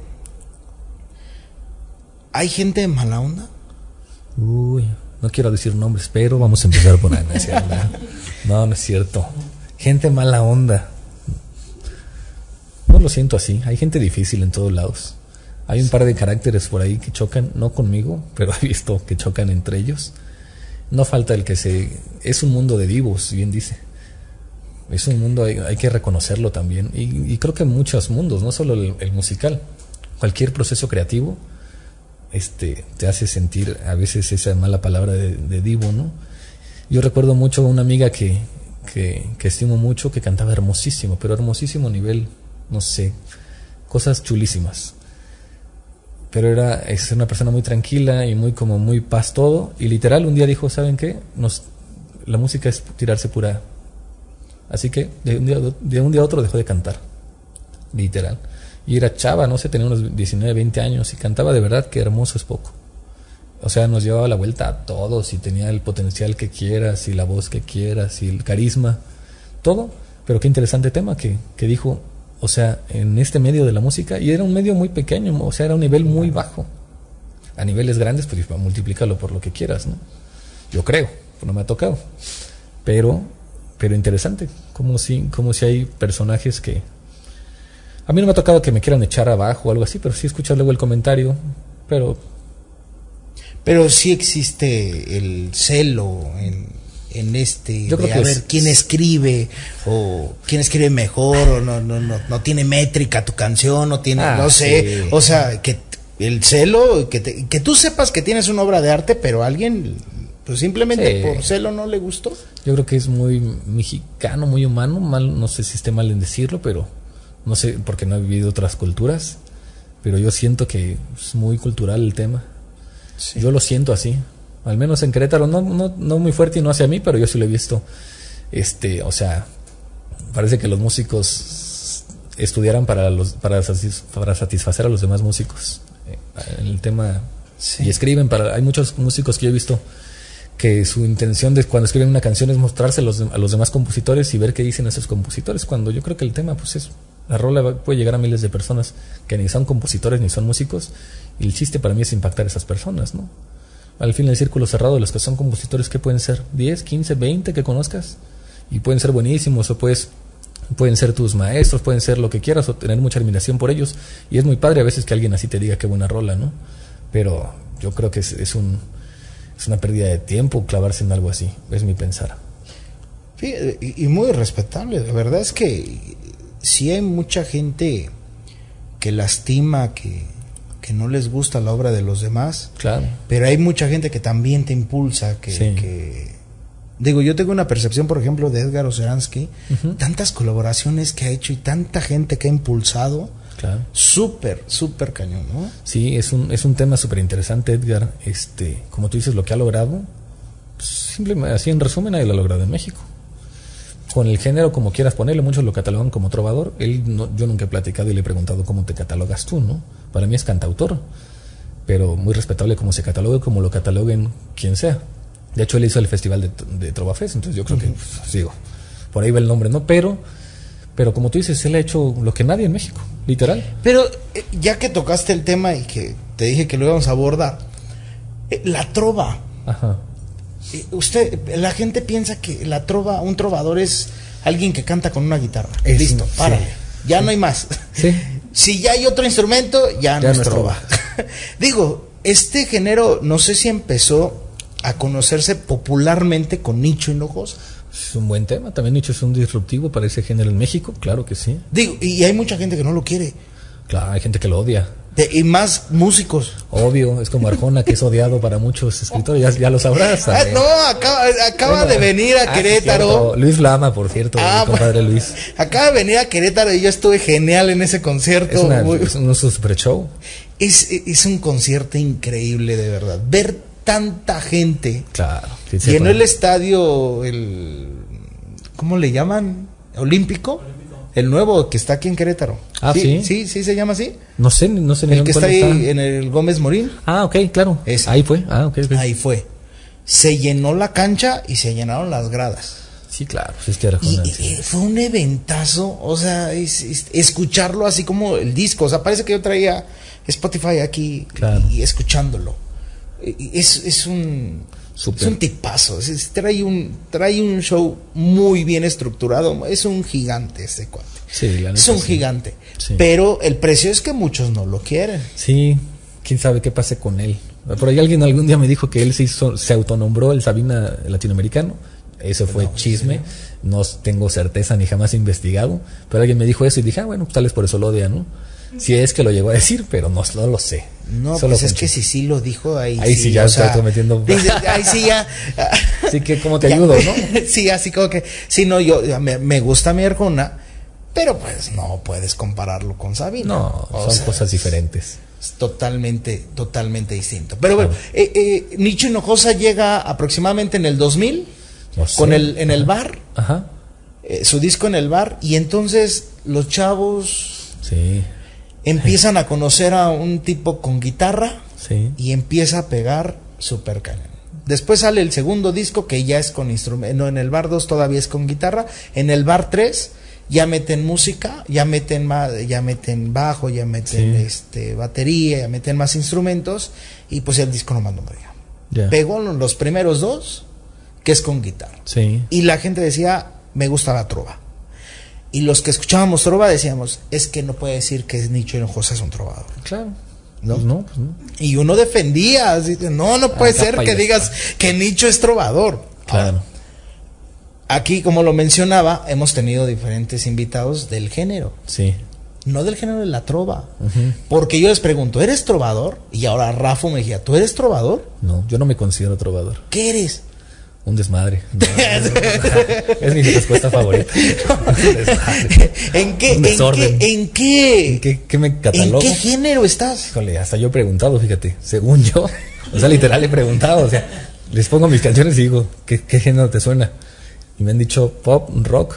¿hay gente de mala onda? Uy, no quiero decir nombres, pero vamos a empezar por ahí. No, no es cierto. Gente mala onda. No lo siento así, hay gente difícil en todos lados. Hay un par de caracteres por ahí que chocan, no conmigo, pero he visto que chocan entre ellos. No falta el que se... Es un mundo de vivos, bien dice. Es un mundo, hay, hay que reconocerlo también. Y, y creo que muchos mundos, no solo el, el musical. Cualquier proceso creativo este, te hace sentir a veces esa mala palabra de, de divo, ¿no? Yo recuerdo mucho a una amiga que, que, que estimo mucho, que cantaba hermosísimo, pero hermosísimo a nivel, no sé, cosas chulísimas. pero era es una persona muy tranquila y muy como muy paz todo, y literal un día dijo, ¿saben qué? Nos, la música es tirarse pura. Así que de un día, de un día a otro dejó de cantar, literal. Y era chava, no sé, tenía unos diecinueve, veinte años y cantaba de verdad que hermoso es poco. O sea, nos llevaba la vuelta a todos y tenía el potencial que quieras y la voz que quieras y el carisma, todo. Pero qué interesante tema que, que dijo, o sea, en este medio de la música, y era un medio muy pequeño, o sea, era un nivel muy bajo. A niveles grandes, pues multiplícalo por lo que quieras, ¿no? Yo creo, no me ha tocado. Pero, pero interesante, como si, como si hay personajes que... A mí no me ha tocado que me quieran echar abajo o algo así, pero sí escuchar luego el comentario, pero... Pero sí existe el celo en, en este... Yo creo de que a ver es- quién escribe, o quién escribe mejor, o no, no, no, no tiene métrica tu canción, no tiene, Ah, no sé, sí. o sea, que el celo, que, te- que tú sepas que tienes una obra de arte, pero a alguien, pues simplemente Sí. por celo no le gustó. Yo creo que es muy mexicano, muy humano, mal, no sé si esté mal en decirlo, pero no sé, porque no he vivido otras culturas, pero yo siento que es muy cultural el tema. Sí. Yo lo siento así, al menos en Querétaro, no, no, no muy fuerte y no hacia mí, pero yo sí lo he visto. Este, o sea, parece que los músicos estudiaran para los para, satis- para satisfacer a los demás músicos eh, en el tema. Sí. Y escriben para, hay muchos músicos que yo he visto que su intención de cuando escriben una canción es mostrarse a los, a los demás compositores y ver qué dicen esos compositores, cuando yo creo que el tema pues es, la rola va- puede llegar a miles de personas que ni son compositores ni son músicos, y el chiste para mí es impactar a esas personas, ¿no? Al fin el círculo cerrado de los que son compositores, ¿qué pueden ser? diez, quince, veinte que conozcas, y pueden ser buenísimos, o puedes, pueden ser tus maestros, pueden ser lo que quieras, o tener mucha admiración por ellos, y es muy padre a veces que alguien así te diga qué buena rola, ¿no? Pero yo creo que es, es un es una pérdida de tiempo clavarse en algo así, es mi pensar. Fíjate, y, y muy respetable, la verdad es que sí hay mucha gente que lastima, que, que no les gusta la obra de los demás, Claro. pero hay mucha gente que también te impulsa, que, Sí. que... Digo, yo tengo una percepción, por ejemplo, de Edgar Oceransky, Ujú. tantas colaboraciones que ha hecho y tanta gente que ha impulsado, Claro. súper, súper cañón, ¿no? Sí, es un, es un tema súper interesante, Edgar. Este, como tú dices, lo que ha logrado, pues, simplemente así en resumen, nadie lo ha logrado en México. Con el género, como quieras ponerle, muchos lo catalogan como trovador. Él no, yo nunca he platicado y le he preguntado cómo te catalogas tú, ¿no? Para mí es cantautor, pero muy respetable como se catalogue, como lo cataloguen quien sea. De hecho, él hizo el festival de, de Trova Fest, entonces yo creo que, pues, digo, por ahí va el nombre, ¿no? Pero, pero como tú dices, él ha hecho lo que nadie en México, literal. Pero eh, ya que tocaste el tema y que te dije que lo íbamos a abordar, eh, la trova, Ajá. eh, usted, la gente piensa que la trova, un trovador es alguien que canta con una guitarra. Es- Listo, sí. párale, ya no hay más. Sí. Si ya hay otro instrumento, ya, no Ya es no es trova. Digo, este género no sé si empezó a conocerse popularmente con Nicho Hinojosa. Es un buen tema. También Nicho es un disruptivo para ese género en México, claro que sí. Digo, y hay mucha gente que no lo quiere. Claro, hay gente que lo odia. De- y más músicos. Obvio, es como Arjona, que es odiado para muchos escritores, ya, ya lo sabrás. Ah, ¿sabes? no, acaba, acaba Bueno, de venir a ah, sí, Querétaro. cierto. Luis lo ama, por cierto, Ah, mi compadre bueno. Luis. Acaba de venir a Querétaro y yo estuve genial en ese concierto. Es, una, Muy- es un super show. es, es un concierto increíble, de verdad. Ver tanta gente. Claro. sí, Llenó sepa. el estadio, el ¿cómo le llaman? ¿Olímpico? El nuevo que está aquí en Querétaro. Ah, ¿sí? Sí, sí, se llama así. No sé, no sé ni El que está dónde ahí en el Gómez Morín. Ah, ok, claro. Ese. Ahí fue. Ah, ok, ok. Ahí fue. Se llenó la cancha y se llenaron las gradas. Sí, claro. pues es que Y, Arjona. y- sí. y fue un eventazo, o sea, es- es- escucharlo así como el disco, o sea, parece que yo traía Spotify aquí Claro. y, y escuchándolo. Y- y Es, es un Súper. es un tipazo, es- es- trae un trae un show muy bien estructurado, es un gigante este cuate. Sí, la neta, Es un sí. gigante, Sí. pero el precio es que muchos no lo quieren. Sí, quién sabe qué pase con él. Por ahí alguien algún día me dijo que él se, hizo, se autonombró el Sabina latinoamericano. Eso fue No, chisme. ¿en No tengo certeza ni jamás he investigado. Pero alguien me dijo eso y dije, ah, bueno, pues tal vez por eso lo odia, ¿no? Si es que lo llegó a decir, pero no, no lo sé. No, Solo pues es con que chisme. si sí lo dijo ahí. Ahí sí ya o está sea, cometiendo- dice, ahí sí ya. Así que, ¿cómo te Ya, ayudo, no? Sí, así como que, sí, no, yo, ya me, me gusta mi Arjona, pero pues no puedes compararlo con Sabina. No, O son sea, cosas diferentes. Es totalmente, totalmente distinto. Pero bueno, eh, eh, Nicho Hinojosa llega aproximadamente en el dos mil, No sé. con el, en el bar, Ajá. eh, su disco en el bar, y entonces los chavos Sí. empiezan a conocer a un tipo con guitarra Sí. y empieza a pegar super cañón. Después sale el segundo disco que ya es con instrumento, no, en el bar dos todavía es con guitarra, en el bar tres ya meten música, ya meten más, ya meten bajo, ya meten Sí. este batería, ya meten más instrumentos, y pues el disco nomás no pega. Ya. Pegó los primeros dos, que es con guitarra. Sí. Y la gente decía, me gusta la trova. Y los que escuchábamos trova decíamos, es que no puede decir que Nicho Hinojosa es un trovador. Claro. ¿No? Pues no, pues no. Y uno defendía, así, no, no puede Ah, ser capa y que espada. digas que Nicho es trovador. Claro. Aquí, como lo mencionaba, hemos tenido diferentes invitados del género, Sí. no del género de la trova. Ujú. Porque yo les pregunto, ¿eres trovador? Y ahora Rafa me decía, ¿tú eres trovador? No, yo no me considero trovador. ¿Qué eres? Un desmadre. No, es mi respuesta favorita. Un desmadre. ¿En qué, Un en desorden. qué, en qué, ¿En qué, qué me en catalogo? qué género estás? Híjole, hasta yo he preguntado, fíjate, según yo, o sea, literal he preguntado, o sea, les pongo mis canciones y digo, ¿qué, qué género te suena? Y me han dicho pop, rock,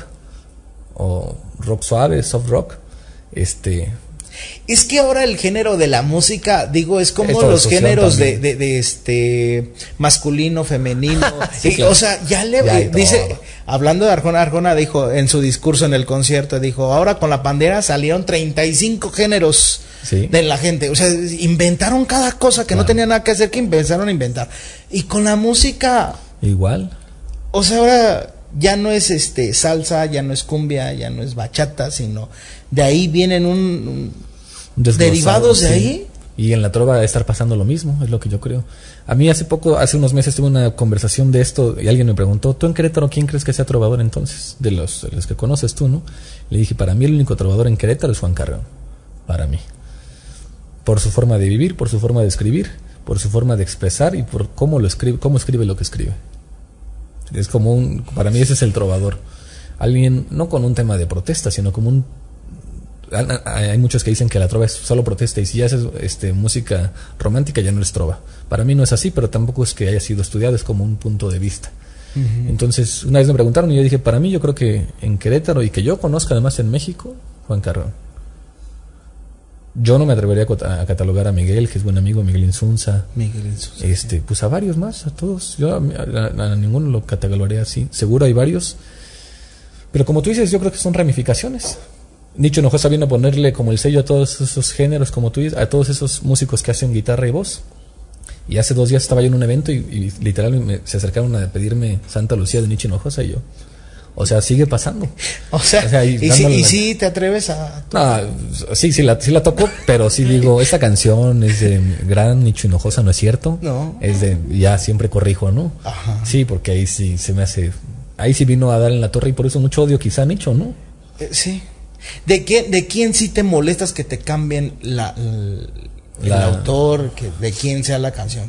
o rock suave, soft rock, este... Es que ahora el género de la música, digo, es como Esto de los fusión géneros de, también. de, de este masculino, femenino. Sí, y, claro. O sea, ya le Ya hay eh, dice, todo. hablando de Arjona, Arjona dijo en su discurso en el concierto, dijo, ahora con la pandera salieron treinta y cinco géneros Sí. de la gente. O sea, inventaron cada cosa que Claro. no tenía nada que hacer, que empezaron a inventar. Y con la música, Igual, o sea, ahora ya no es este salsa, ya no es cumbia, ya no es bachata, sino de ahí vienen un, un un desglosado, derivados de sí. ahí. Y en la trova debe estar pasando lo mismo, es lo que yo creo. A mí hace poco, hace unos meses tuve una conversación de esto y alguien me preguntó, ¿tú en Querétaro quién crees que sea trovador entonces? De los, de los que conoces tú, ¿no? Le dije, para mí el único trovador en Querétaro es Juan Carreón, para mí. Por su forma de vivir, por su forma de escribir, por su forma de expresar y por cómo lo escribe, cómo escribe lo que escribe. Es como un, para mí ese es el trovador. Alguien, no con un tema de protesta, sino como un... Hay muchos que dicen que la trova es solo protesta y si ya haces este, música romántica ya no es trova. Para mí no es así, pero tampoco es que haya sido estudiado, es como un punto de vista. Uh-huh. Entonces, una vez me preguntaron y yo dije, para mí yo creo que en Querétaro y que yo conozca además en México, Juan Carreón. Yo no me atrevería a, a catalogar a Miguel, que es buen amigo, Miguel Insunza. Miguel Insunza. Este, pues a varios más, a todos. Yo a, a, a ninguno lo catalogaría así. Seguro hay varios. Pero como tú dices, yo creo que son ramificaciones. Nicho Hinojosa vino a ponerle como el sello a todos esos géneros, como tú dices, a todos esos músicos que hacen guitarra y voz. Y hace dos días estaba yo en un evento y, y literal me, se acercaron a pedirme Santa Lucía de Nicho Hinojosa y yo. O sea, sigue pasando. O sea, o sea y, y, si, y si te atreves a... No, sí, sí la, sí la toco, pero sí digo, esta canción es de gran Nicho Hinojosa, ¿no es cierto? No. Es de, ya siempre corrijo, ¿no? Ajá. Sí, porque ahí sí se me hace... Ahí sí vino a dar en la torre y por eso mucho odio quizá a Nicho, ¿no? Eh, sí. ¿De quién, ¿De quién sí te molestas que te cambien la, el, la, el autor, que, de quién sea la canción?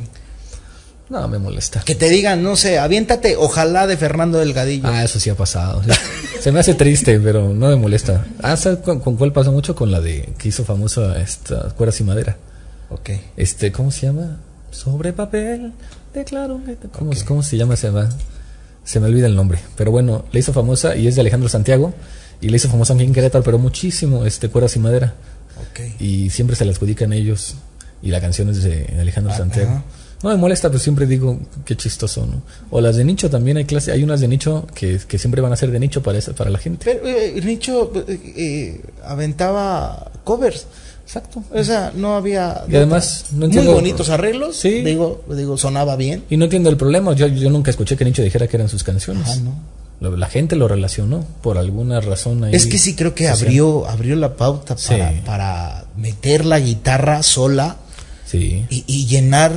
No, me molesta. Que te digan, no sé, aviéntate, ojalá de Fernando Delgadillo. Ah, eso sí ha pasado. Se me hace triste, pero no me molesta. Ah, ¿sabes con, con cuál pasó mucho? Con la de que hizo famosa esta Cuerdas y Madera. Ok. Este, ¿cómo se llama? Sobre papel, declaro que te... ¿Cómo, okay. ¿Cómo se llama? Se me, se me olvida el nombre. Pero bueno, le hizo famosa y es de Alejandro Santiago. Y le hizo famosa aquí en Querétaro, pero muchísimo, este, Cuerdas y Madera. Okay. Y siempre se la adjudican ellos. Y la canción es de Alejandro ah, Santiago. Ajá. No me molesta, pero siempre digo qué chistoso, ¿no? O las de nicho también hay clase, hay unas de nicho que, que siempre van a ser de nicho para esa, para la gente. Pero eh, nicho eh, aventaba covers. Exacto. O sea, no había... Y además, no entiendo, muy bonitos arreglos. Sí. Digo, digo, sonaba bien. Y no entiendo el problema. Yo, yo nunca escuché que Nicho dijera que eran sus canciones. Ah, no. La gente lo relacionó por alguna razón ahí. Es que sí creo que abrió, abrió la pauta para, sí. para meter la guitarra sola. Sí. Y, y llenar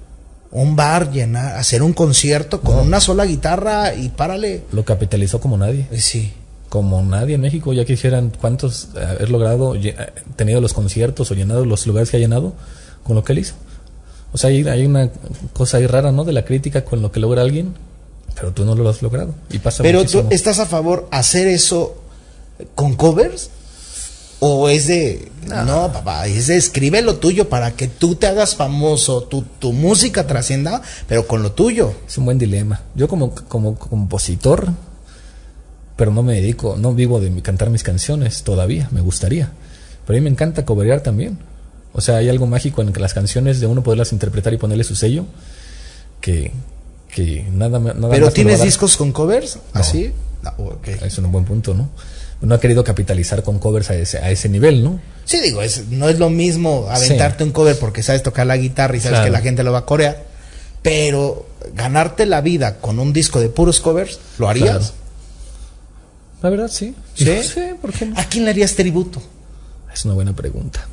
un bar, llenar, hacer un concierto con no. una sola guitarra y párale. Lo capitalizó como nadie. Sí. Como nadie en México. Ya quisieran cuántos haber logrado, tenido los conciertos o llenado los lugares que ha llenado con lo que él hizo. O sea, hay, hay una cosa ahí rara, ¿no? De la crítica con lo que logra alguien. Pero tú no lo has logrado y pasa Pero muchísimo. ¿tú estás a favor hacer eso con covers? ¿O es de, no. no, papá, es de escribe lo tuyo para que tú te hagas famoso, tu, tu música trascienda, pero con lo tuyo? Es un buen dilema. Yo como, como compositor, pero no me dedico, no vivo de cantar mis canciones todavía, me gustaría. Pero a mí me encanta coverear también. O sea, hay algo mágico en que las canciones de uno poderlas interpretar y ponerle su sello, que, que nada, nada ¿Pero más tienes discos con covers? No. ¿Así? No, okay. Es un buen punto, ¿no? No ha querido capitalizar con covers a ese, a ese nivel, ¿no? Sí, digo, es, no es lo mismo aventarte sí. un cover porque sabes tocar la guitarra y sabes claro. que la gente lo va a corear, pero ganarte la vida con un disco de puros covers, ¿lo harías? Claro. La verdad, sí. ¿Sí? Sí, ¿por qué no? ¿A quién le harías tributo? Es una buena pregunta.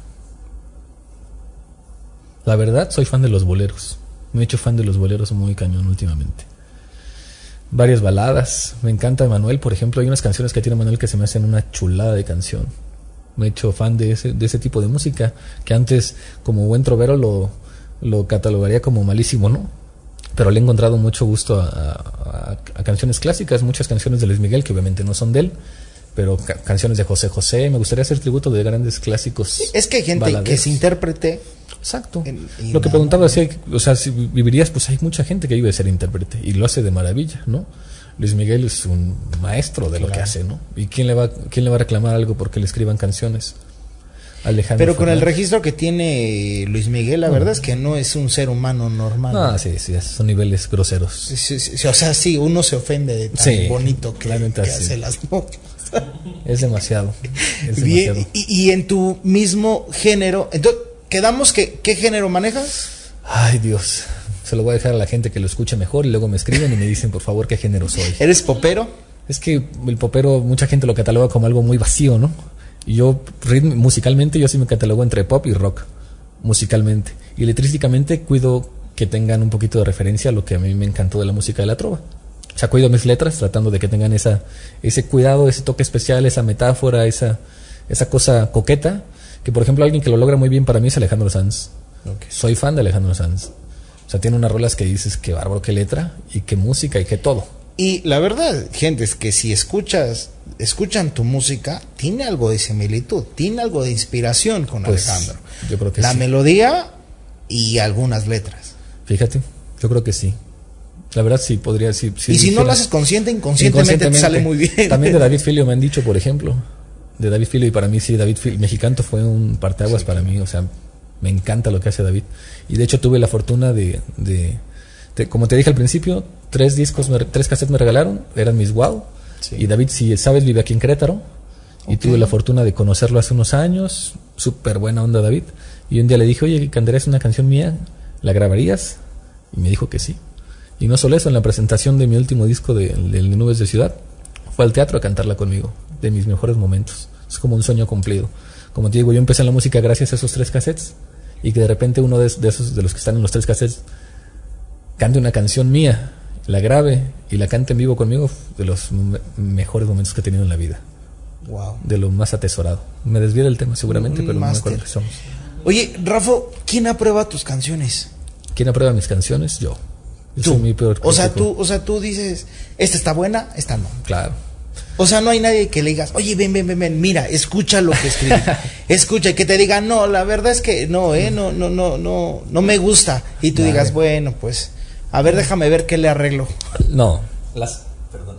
La verdad, soy fan de los boleros. Me he hecho fan de los boleros muy cañón últimamente. Varias baladas. Me encanta Manuel, por ejemplo. Hay unas canciones que tiene Manuel que se me hacen una chulada de canción. Me he hecho fan de ese, de ese tipo de música, que antes, como buen trovero, lo, lo catalogaría como malísimo, ¿no? Pero le he encontrado mucho gusto a, a, a canciones clásicas, muchas canciones de Luis Miguel, que obviamente no son de él, pero ca- canciones de José José. Me gustaría hacer tributo de grandes clásicos. Es que hay gente baladeros. Que se intérprete. Exacto. En, lo que preguntaba, si hay, o sea, si vivirías, pues hay mucha gente que vive de ser intérprete y lo hace de maravilla, ¿no? Luis Miguel es un maestro de lo claro. que hace, ¿no? ¿Y quién le va quién le va a reclamar algo porque le escriban canciones? Alejandro Pero con Fernández. El registro que tiene Luis Miguel, la no. verdad es que no es un ser humano normal. Ah, ¿no? sí, sí, son niveles groseros. Sí, sí, sí, o sea, sí, uno se ofende de tan sí, bonito que, que sí. hace las notas. Es demasiado. Es Bien, demasiado. Y, y en tu mismo género, entonces, quedamos que, ¿qué género manejas? Ay, Dios. Se lo voy a dejar a la gente que lo escuche mejor y luego me escriben y me dicen, por favor, qué género soy. ¿Eres popero? Es que el popero, mucha gente lo cataloga como algo muy vacío, ¿no? Y yo, ritmo, musicalmente, yo sí me catalogo entre pop y rock, musicalmente. Y letrísticamente cuido que tengan un poquito de referencia a lo que a mí me encantó de la música de la trova. O sea, cuido mis letras tratando de que tengan esa, ese cuidado, ese toque especial, esa metáfora, esa, esa cosa coqueta, que por ejemplo alguien que lo logra muy bien para mí es Alejandro Sanz. Okay. Soy fan de Alejandro Sanz. O sea, tiene unas rolas que dices, qué bárbaro, qué letra, y qué música, y qué todo. Y la verdad, gente, es que si escuchas, escuchan tu música, tiene algo de similitud, tiene algo de inspiración con pues, Alejandro. Yo creo que la sí. La melodía y algunas letras. Fíjate, yo creo que sí. La verdad sí, podría sí, sí y si dijera, no lo haces consciente, inconscientemente, inconscientemente te sale muy bien. También de David Filio me han dicho, por ejemplo, de David Filio, y para mí sí, David Filio, Mexicanto fue un parteaguas sí, para claro. mí, o sea, me encanta lo que hace David. Y de hecho tuve la fortuna de, de, de como te dije al principio, tres discos, me, tres cassettes me regalaron, eran mis wow. Sí. Y David, si sabes, vive aquí en Querétaro. Okay. Y tuve la fortuna de conocerlo hace unos años, súper buena onda David. Y un día le dije, oye, ¿cantarías una canción mía? ¿La grabarías? Y me dijo que sí. Y no solo eso, en la presentación de mi último disco de, de, de Nubes de Ciudad, fue al teatro a cantarla conmigo, de mis mejores momentos. Es como un sueño cumplido. Como te digo, yo empecé en la música gracias a esos tres cassettes, y que de repente uno de, de esos, de los que están en los tres cassettes, cante una canción mía, la grabe y la cante en vivo conmigo, de los me mejores momentos que he tenido en la vida. Wow. De lo más atesorado. Me desvío del tema seguramente, un pero master. No me acuerdo que somos. Oye, Rafa, ¿quién aprueba tus canciones? ¿Quién aprueba mis canciones? Yo. Yo tú. Soy mi peor crítico. O sea, tú, o sea, tú dices, esta está buena, esta no. Claro. O sea, no hay nadie que le digas, oye, ven, ven, ven, ven, mira, escucha lo que escribí. Escucha, y que te diga, no, la verdad es que no, eh, no, no, no, no, no me gusta. Y tú vale. digas, bueno, pues, a ver, déjame ver qué le arreglo. No, las, perdón.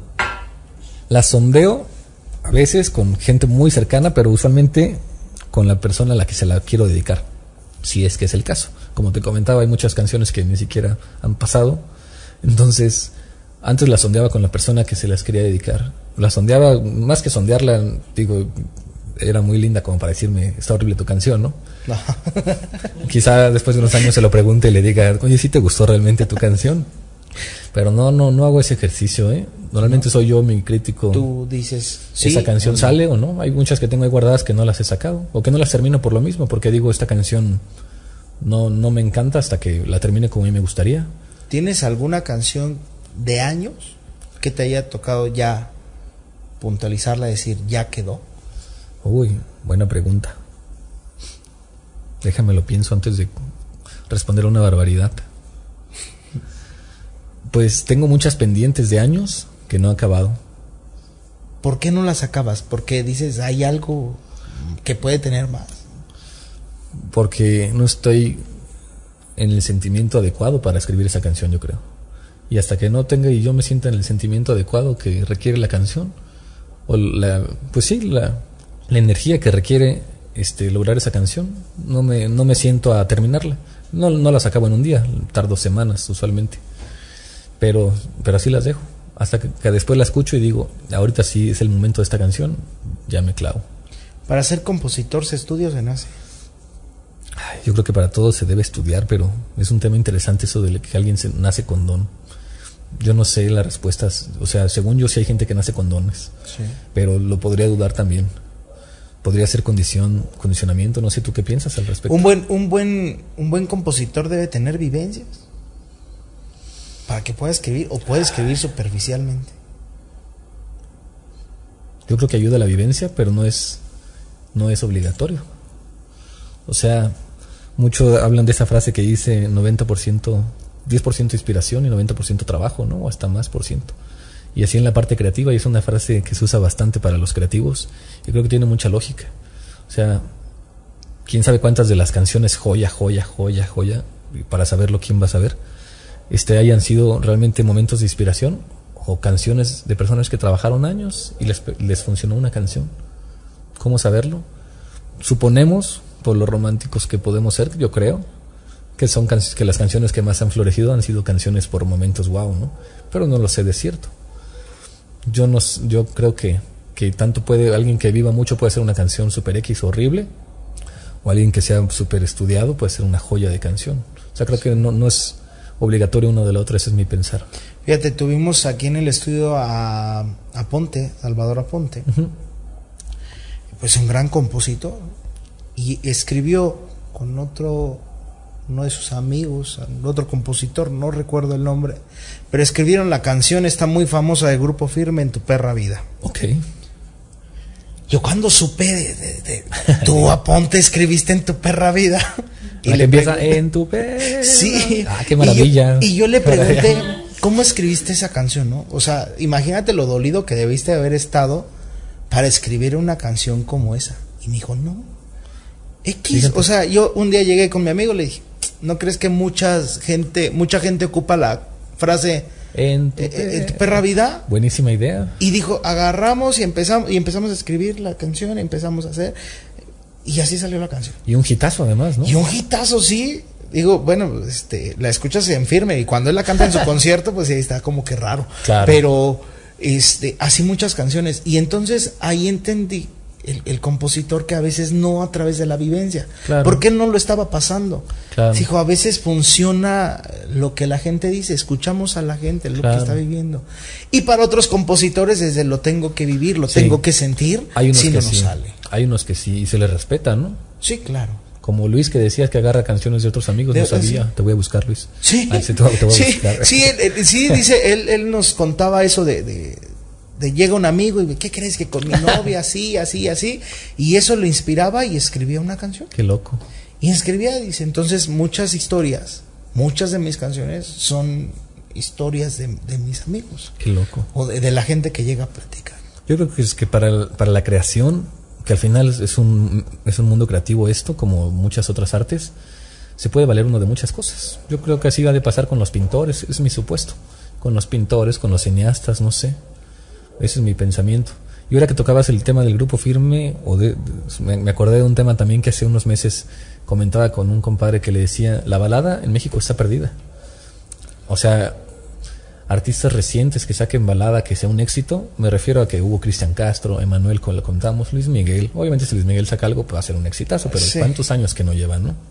Las sondeo a veces con gente muy cercana, pero usualmente con la persona a la que se la quiero dedicar, si es que es el caso. Como te comentaba, hay muchas canciones que ni siquiera han pasado, entonces antes las sondeaba con la persona que se las quería dedicar. La sondeaba, más que sondearla, digo, era muy linda como para decirme, está horrible tu canción, ¿no? No. Quizá después de unos años se lo pregunte y le diga, oye, ¿sí te gustó realmente tu canción? Pero no, no, no hago ese ejercicio, ¿eh? Normalmente no. soy yo mi crítico. Tú dices, ¿sí? ¿Esa canción o no? sale o no? Hay muchas que tengo ahí guardadas que no las he sacado, o que no las termino por lo mismo, porque digo, esta canción no, no me encanta hasta que la termine como a mí me gustaría. ¿Tienes alguna canción de años que te haya tocado ya puntualizarla, decir, ya quedó? Uy, buena pregunta. Déjame lo pienso antes de responder una barbaridad. Pues tengo muchas pendientes de años que no he acabado. ¿Por qué no las acabas? Porque dices, hay algo que puede tener más? Porque no estoy en el sentimiento adecuado para escribir esa canción, yo creo. Y hasta que no tenga y yo me sienta en el sentimiento adecuado que requiere la canción, o la, pues sí, la, la energía que requiere este, lograr esa canción, no me, no me siento a terminarla. No, no las acabo en un día, tardo semanas usualmente. Pero, pero así las dejo. Hasta que, que después la escucho y digo, ahorita sí es el momento de esta canción, ya me clavo. ¿Para ser compositor se estudia o se nace? Ay, yo creo que para todo se debe estudiar, pero es un tema interesante eso de que alguien se nace con don. Yo no sé las respuestas, o sea, según yo sí hay gente que nace con dones, sí, pero lo podría dudar también. Podría ser condición, condicionamiento, no sé tú qué piensas al respecto. Un buen, un buen, un buen compositor debe tener vivencias para que pueda escribir, o puede escribir superficialmente. Yo creo que ayuda a la vivencia, pero no es, no es obligatorio. O sea, muchos hablan de esa frase que dice noventa por ciento, diez por ciento inspiración y noventa por ciento trabajo, ¿no? O hasta más por ciento. Y así en la parte creativa, y es una frase que se usa bastante para los creativos, y creo que tiene mucha lógica. O sea, quién sabe cuántas de las canciones joya, joya, joya, joya, para saberlo quién va a saber, este, hayan sido realmente momentos de inspiración, o canciones de personas que trabajaron años y les, les funcionó una canción. ¿Cómo saberlo? Suponemos, por lo románticos que podemos ser, yo creo, que son can- que las canciones que más han florecido han sido canciones por momentos wow, ¿no? Pero no lo sé de cierto. Yo no, yo creo que, que tanto puede, alguien que viva mucho puede hacer una canción super X horrible, o alguien que sea super estudiado puede ser una joya de canción. O sea, creo que no, no es obligatorio uno de la otra, ese es mi pensar. Fíjate, tuvimos aquí en el estudio a, a Ponte, Salvador Aponte, uh-huh. Pues un gran compositor, y escribió con otro, uno de sus amigos, otro compositor, no recuerdo el nombre, pero escribieron la canción esta muy famosa de Grupo Firme, En tu perra vida. Ok. Yo cuando supe de, de, de tú, Aponte, escribiste En tu perra vida. Y le empieza pregunté, en tu perra. Sí. Ah, qué maravilla. Y yo, y yo le pregunté, ¿cómo escribiste esa canción, no? O sea, imagínate lo dolido que debiste haber estado para escribir una canción como esa. Y me dijo, no. X, fíjate. O sea, yo un día llegué con mi amigo, le dije, ¿no crees que mucha gente, mucha gente ocupa la frase en tu, eh, en tu perra vida? Buenísima idea. Y dijo, agarramos y empezamos y empezamos a escribir la canción, empezamos a hacer, y así salió la canción. Y un hitazo además, ¿no? Y un hitazo, sí. Digo, bueno, este, la escuchas en Firme, y cuando él la canta en su concierto, pues ahí está como que raro. Claro. Pero este, así muchas canciones. Y entonces ahí entendí el, el compositor que a veces no a través de la vivencia. Claro. Porque él no lo estaba pasando. Claro. Dijo, a veces funciona lo que la gente dice, escuchamos a la gente, lo claro. que está viviendo. Y para otros compositores desde lo tengo que vivir, lo sí. tengo que sentir, hay unos si que no sí. nos sale. Hay unos que sí, y se les respeta, ¿no? Sí, claro. Como Luis, que decías que agarra canciones de otros amigos, de, no sabía. Sí. Te voy a buscar, Luis. Sí, ah, sí, te voy, te voy sí, a buscar. sí, él, él, sí, dice, él, él nos contaba eso de, de, de llega un amigo y ¿qué crees? Que con mi novia así, así, así, y eso lo inspiraba y escribía una canción. Qué loco. Y escribía, dice, entonces muchas historias, muchas de mis canciones son historias de, de mis amigos. Qué loco. O de, de la gente que llega a platicar. Yo creo que es que para, el, para la creación, que al final es un, es un mundo creativo esto, como muchas otras artes, se puede valer uno de muchas cosas. Yo creo que así va de pasar con los pintores, es mi supuesto. Con los pintores, con los cineastas, no sé. Ese es mi pensamiento. Y ahora que tocabas el tema del Grupo Firme, o de, de, me, me acordé de un tema también que hace unos meses comentaba con un compadre que le decía, la balada en México está perdida. O sea, artistas recientes que saquen balada que sea un éxito, me refiero a que hubo Cristian Castro, Emanuel, como lo contamos, Luis Miguel. Obviamente si Luis Miguel saca algo pues va a ser un exitazo, pero sí. ¿Cuántos años que no llevan, no?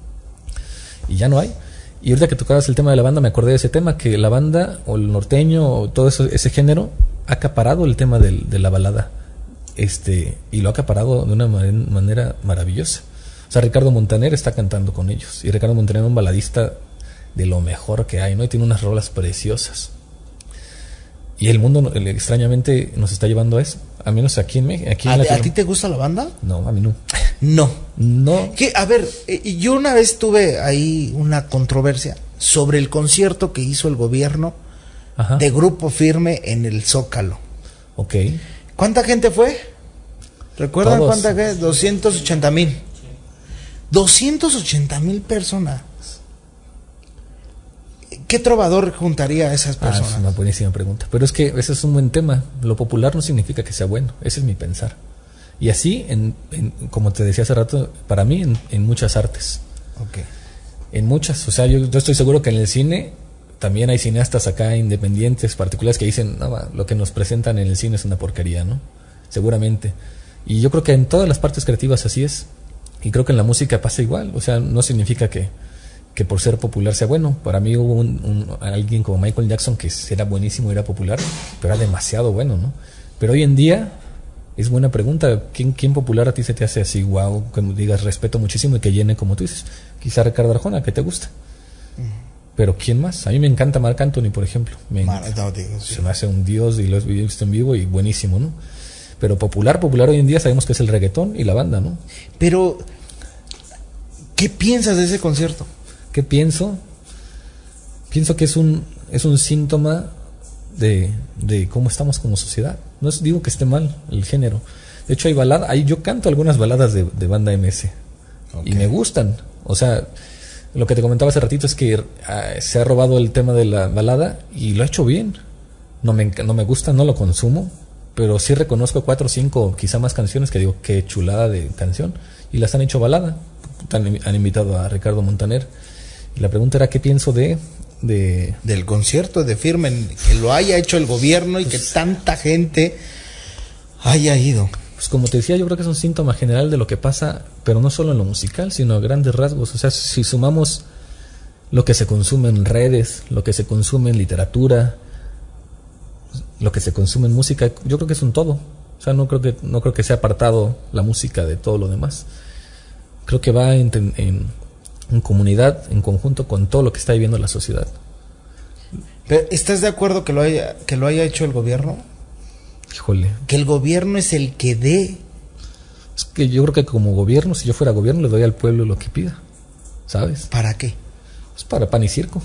Y ya no hay. Y ahorita que tocabas el tema de la banda, me acordé de ese tema, que la banda, o el norteño, o todo eso, ese género, ha acaparado el tema del, de la balada. Este, y lo ha acaparado de una man- manera maravillosa. O sea, Ricardo Montaner está cantando con ellos. Y Ricardo Montaner es un baladista de lo mejor que hay, ¿no? Y tiene unas rolas preciosas. Y el mundo, extrañamente, nos está llevando a eso. A menos aquí en México. Aquí ¿A, en ¿A ti te gusta la banda? No, a mí no. No. No. Que, a ver, eh, yo una vez tuve ahí una controversia sobre el concierto que hizo el gobierno Ajá. de Grupo Firme en el Zócalo. Ok. ¿Cuánta gente fue? ¿Recuerdan Todos. cuánta gente? doscientos ochenta mil. doscientos ochenta mil personas. ¿Qué trovador juntaría a esas Ah, personas? es una buenísima pregunta. Pero es que ese es un buen tema. Lo popular no significa que sea bueno. Ese es mi pensar. Y así, en, en, como te decía hace rato, para mí, en, en muchas artes. Okay. En muchas. O sea, yo, yo estoy seguro que en el cine también hay cineastas acá independientes, particulares, que dicen, no, lo que nos presentan en el cine es una porquería, ¿no? Seguramente. Y yo creo que en todas las partes creativas así es. Y creo que en la música pasa igual. O sea, no significa que, que por ser popular sea bueno. Para mí hubo un, un, alguien como Michael Jackson que era buenísimo, era popular, pero era demasiado bueno, ¿no? Pero hoy en día, es buena pregunta. ¿Quién, quién popular a ti se te hace así, wow, que digas respeto muchísimo y que llene como tú dices? Quizá Ricardo Arjona, que te gusta. Uh-huh. Pero ¿quién más? A mí me encanta Marc Anthony, por ejemplo. Me Mar, no, digo, sí. Se me hace un dios y lo he visto en vivo y buenísimo, ¿no? Pero popular, popular hoy en día sabemos que es el reggaetón y la banda, ¿no? Pero, ¿qué piensas de ese concierto? ¿Qué pienso? Pienso que es un, es un síntoma de, de cómo estamos como sociedad. No es, digo que esté mal el género. De hecho, hay baladas, hay, yo canto algunas baladas de, de banda M S. Okay. Y me gustan. O sea, lo que te comentaba hace ratito es que uh, se ha robado el tema de la balada y lo ha hecho bien. No me, no me gusta, no lo consumo, pero sí reconozco cuatro o cinco, quizá más canciones que digo, qué chulada de canción, y las han hecho balada. Han, han invitado a Ricardo Montaner. Y la pregunta era, ¿qué pienso de...? de del concierto de Firmen, que lo haya hecho el gobierno y pues, que tanta gente haya ido? Pues como te decía, yo creo que es un síntoma general de lo que pasa, pero no solo en lo musical, sino a grandes rasgos. O sea, si sumamos lo que se consume en redes, lo que se consume en literatura, lo que se consume en música, yo creo que es un todo. O sea, no creo que no creo que sea apartado la música de todo lo demás. Creo que va en, en, en comunidad, en conjunto con todo lo que está viviendo la sociedad. Pero, ¿estás de acuerdo que lo haya que lo haya hecho el gobierno? Híjole. Que el gobierno es el que dé. Es que yo creo que como gobierno, si yo fuera gobierno, le doy al pueblo lo que pida. ¿Sabes? ¿Para qué? Pues para pan y circo.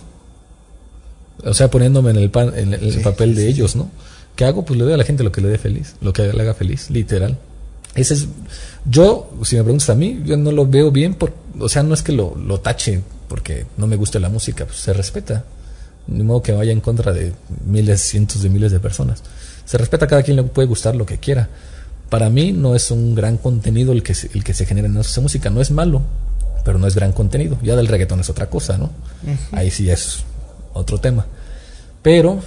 O sea, poniéndome en el pan, en el sí, papel de sí, ellos, ¿no? ¿Qué hago? Pues le doy a la gente lo que le dé feliz, lo que le haga feliz, literal. Ese es, yo, si me preguntas a mí, yo no lo veo bien, por, o sea, no es que lo, lo tache porque no me guste la música, pues se respeta. Ni modo que vaya en contra de miles, cientos de miles de personas. Se respeta, a cada quien le puede gustar lo que quiera. Para mí no es un gran contenido el que se, el que se genera en esa música, no es malo, pero no es gran contenido. Ya del reggaetón es otra cosa, ¿no? Uh-huh. Ahí sí es otro tema. Pero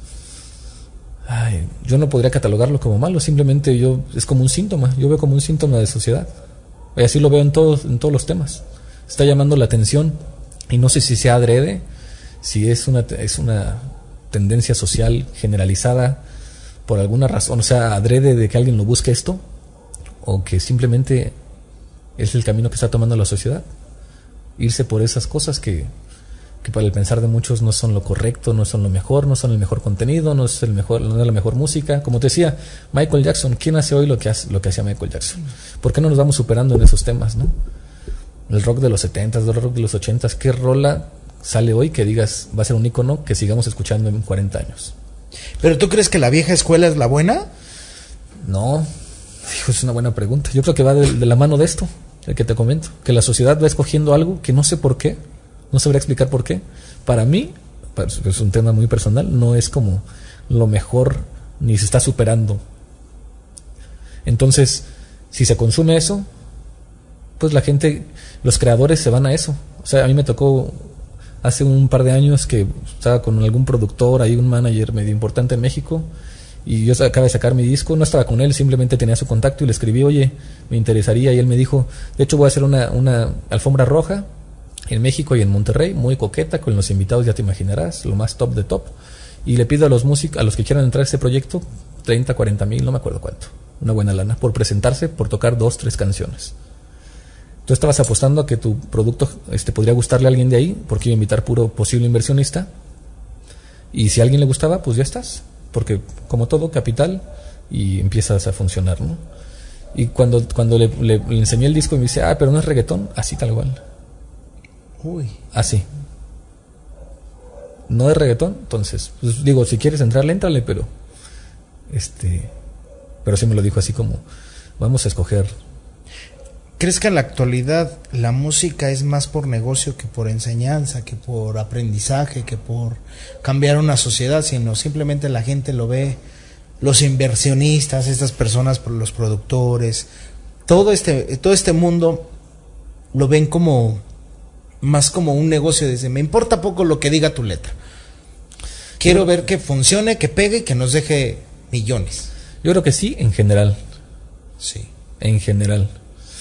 ay, yo no podría catalogarlo como malo, simplemente yo es como un síntoma, yo veo como un síntoma de sociedad. Y así lo veo en todos, en todos los temas. Está llamando la atención y no sé si sea adrede, si es una, es una tendencia social generalizada por alguna razón, o sea, adrede de que alguien lo busque esto, o que simplemente es el camino que está tomando la sociedad. Irse por esas cosas que, que para el pensar de muchos no son lo correcto, no son lo mejor, no son el mejor contenido, no es el mejor, no es la mejor música. Como te decía, Michael Jackson, ¿quién hace hoy lo que hace, lo que hacía Michael Jackson? ¿Por qué no nos vamos superando en esos temas, no? El rock de los setentas, el rock de los ochentas, ¿qué rola sale hoy que digas va a ser un ícono que sigamos escuchando en cuarenta años? ¿Pero tú crees que la vieja escuela es la buena? No, hijo, es una buena pregunta. Yo creo que va de, de la mano de esto, el que te comento, que la sociedad va escogiendo algo que no sé por qué, no sabría explicar por qué. Para mí, es un tema muy personal, no es como lo mejor ni se está superando. Entonces, si se consume eso, pues la gente, los creadores se van a eso. O sea, a mí me tocó hace un par de años que estaba con algún productor, ahí un manager medio importante en México, y yo acababa de sacar mi disco, no estaba con él, simplemente tenía su contacto y le escribí, oye, me interesaría, y él me dijo, de hecho voy a hacer una, una alfombra roja en México y en Monterrey, muy coqueta, con los invitados, ya te imaginarás, lo más top de top, y le pido a los músicos, a los que quieran entrar a este proyecto, treinta, cuarenta mil, no me acuerdo cuánto, una buena lana, por presentarse, por tocar dos, tres canciones. Tú estabas apostando a que tu producto este, podría gustarle a alguien de ahí, porque iba a invitar puro posible inversionista, y si a alguien le gustaba, pues ya estás, porque como todo, capital, y empiezas a funcionar, ¿no? Y cuando, cuando le, le, le enseñé el disco y me dice, ah, pero no es reggaetón, así tal cual. Uy. Así. No es reggaetón, entonces, pues digo, si quieres entrarle, éntrale, pero, este, pero sí me lo dijo así como, vamos a escoger. ¿Crees que en la actualidad la música es más por negocio que por enseñanza, que por aprendizaje, que por cambiar una sociedad, sino simplemente la gente lo ve, los inversionistas, estas personas, los productores, todo este, todo este mundo lo ven como más como un negocio? Desde me importa poco lo que diga tu letra, quiero ver que funcione, que pegue y que nos deje millones. Yo creo que sí, en general. Sí. En general.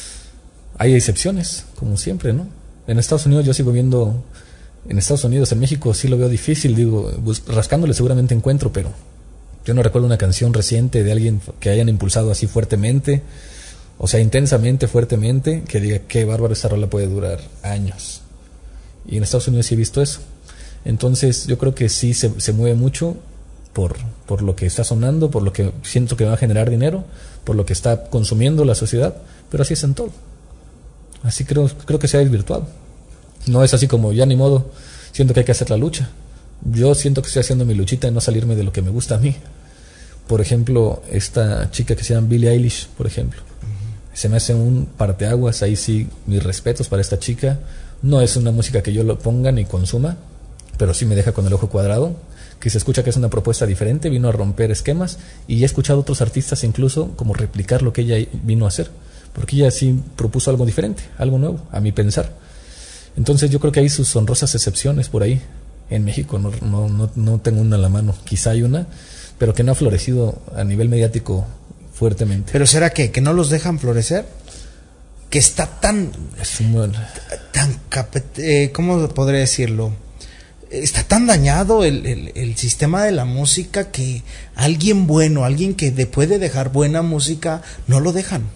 Hay excepciones, como siempre, ¿no? En Estados Unidos yo sigo viendo, en Estados Unidos, en México sí lo veo difícil, digo, bus- rascándole seguramente encuentro, pero yo no recuerdo una canción reciente de alguien que hayan impulsado así fuertemente, o sea, intensamente, fuertemente, que diga qué bárbaro, esta rola puede durar años. Y en Estados Unidos sí he visto eso. Entonces yo creo que sí se, se mueve mucho por, por lo que está sonando, por lo que siento que va a generar dinero, por lo que está consumiendo la sociedad, pero así es en todo. Así creo, creo que se ha desvirtuado. No es así como ya ni modo, siento que hay que hacer la lucha. Yo siento que estoy haciendo mi luchita de no salirme de lo que me gusta a mí. Por ejemplo, esta chica que se llama Billie Eilish, por ejemplo. Uh-huh. Se me hace un parteaguas, ahí sí, mis respetos para esta chica. No es una música que yo lo ponga ni consuma, pero sí me deja con el ojo cuadrado, que se escucha que es una propuesta diferente, vino a romper esquemas, y he escuchado a otros artistas incluso como replicar lo que ella vino a hacer, porque ella sí propuso algo diferente, algo nuevo, a mi pensar. Entonces yo creo que hay sus honrosas excepciones por ahí. En México no, no, no, no tengo una a la mano, quizá hay una, pero que no ha florecido a nivel mediático fuertemente. ¿Pero será que, que no los dejan florecer? Que está tan... Es un buen... tan eh, ¿cómo podría decirlo? Está tan dañado el, el, el sistema de la música que alguien bueno, alguien que de, puede dejar buena música, no lo dejan.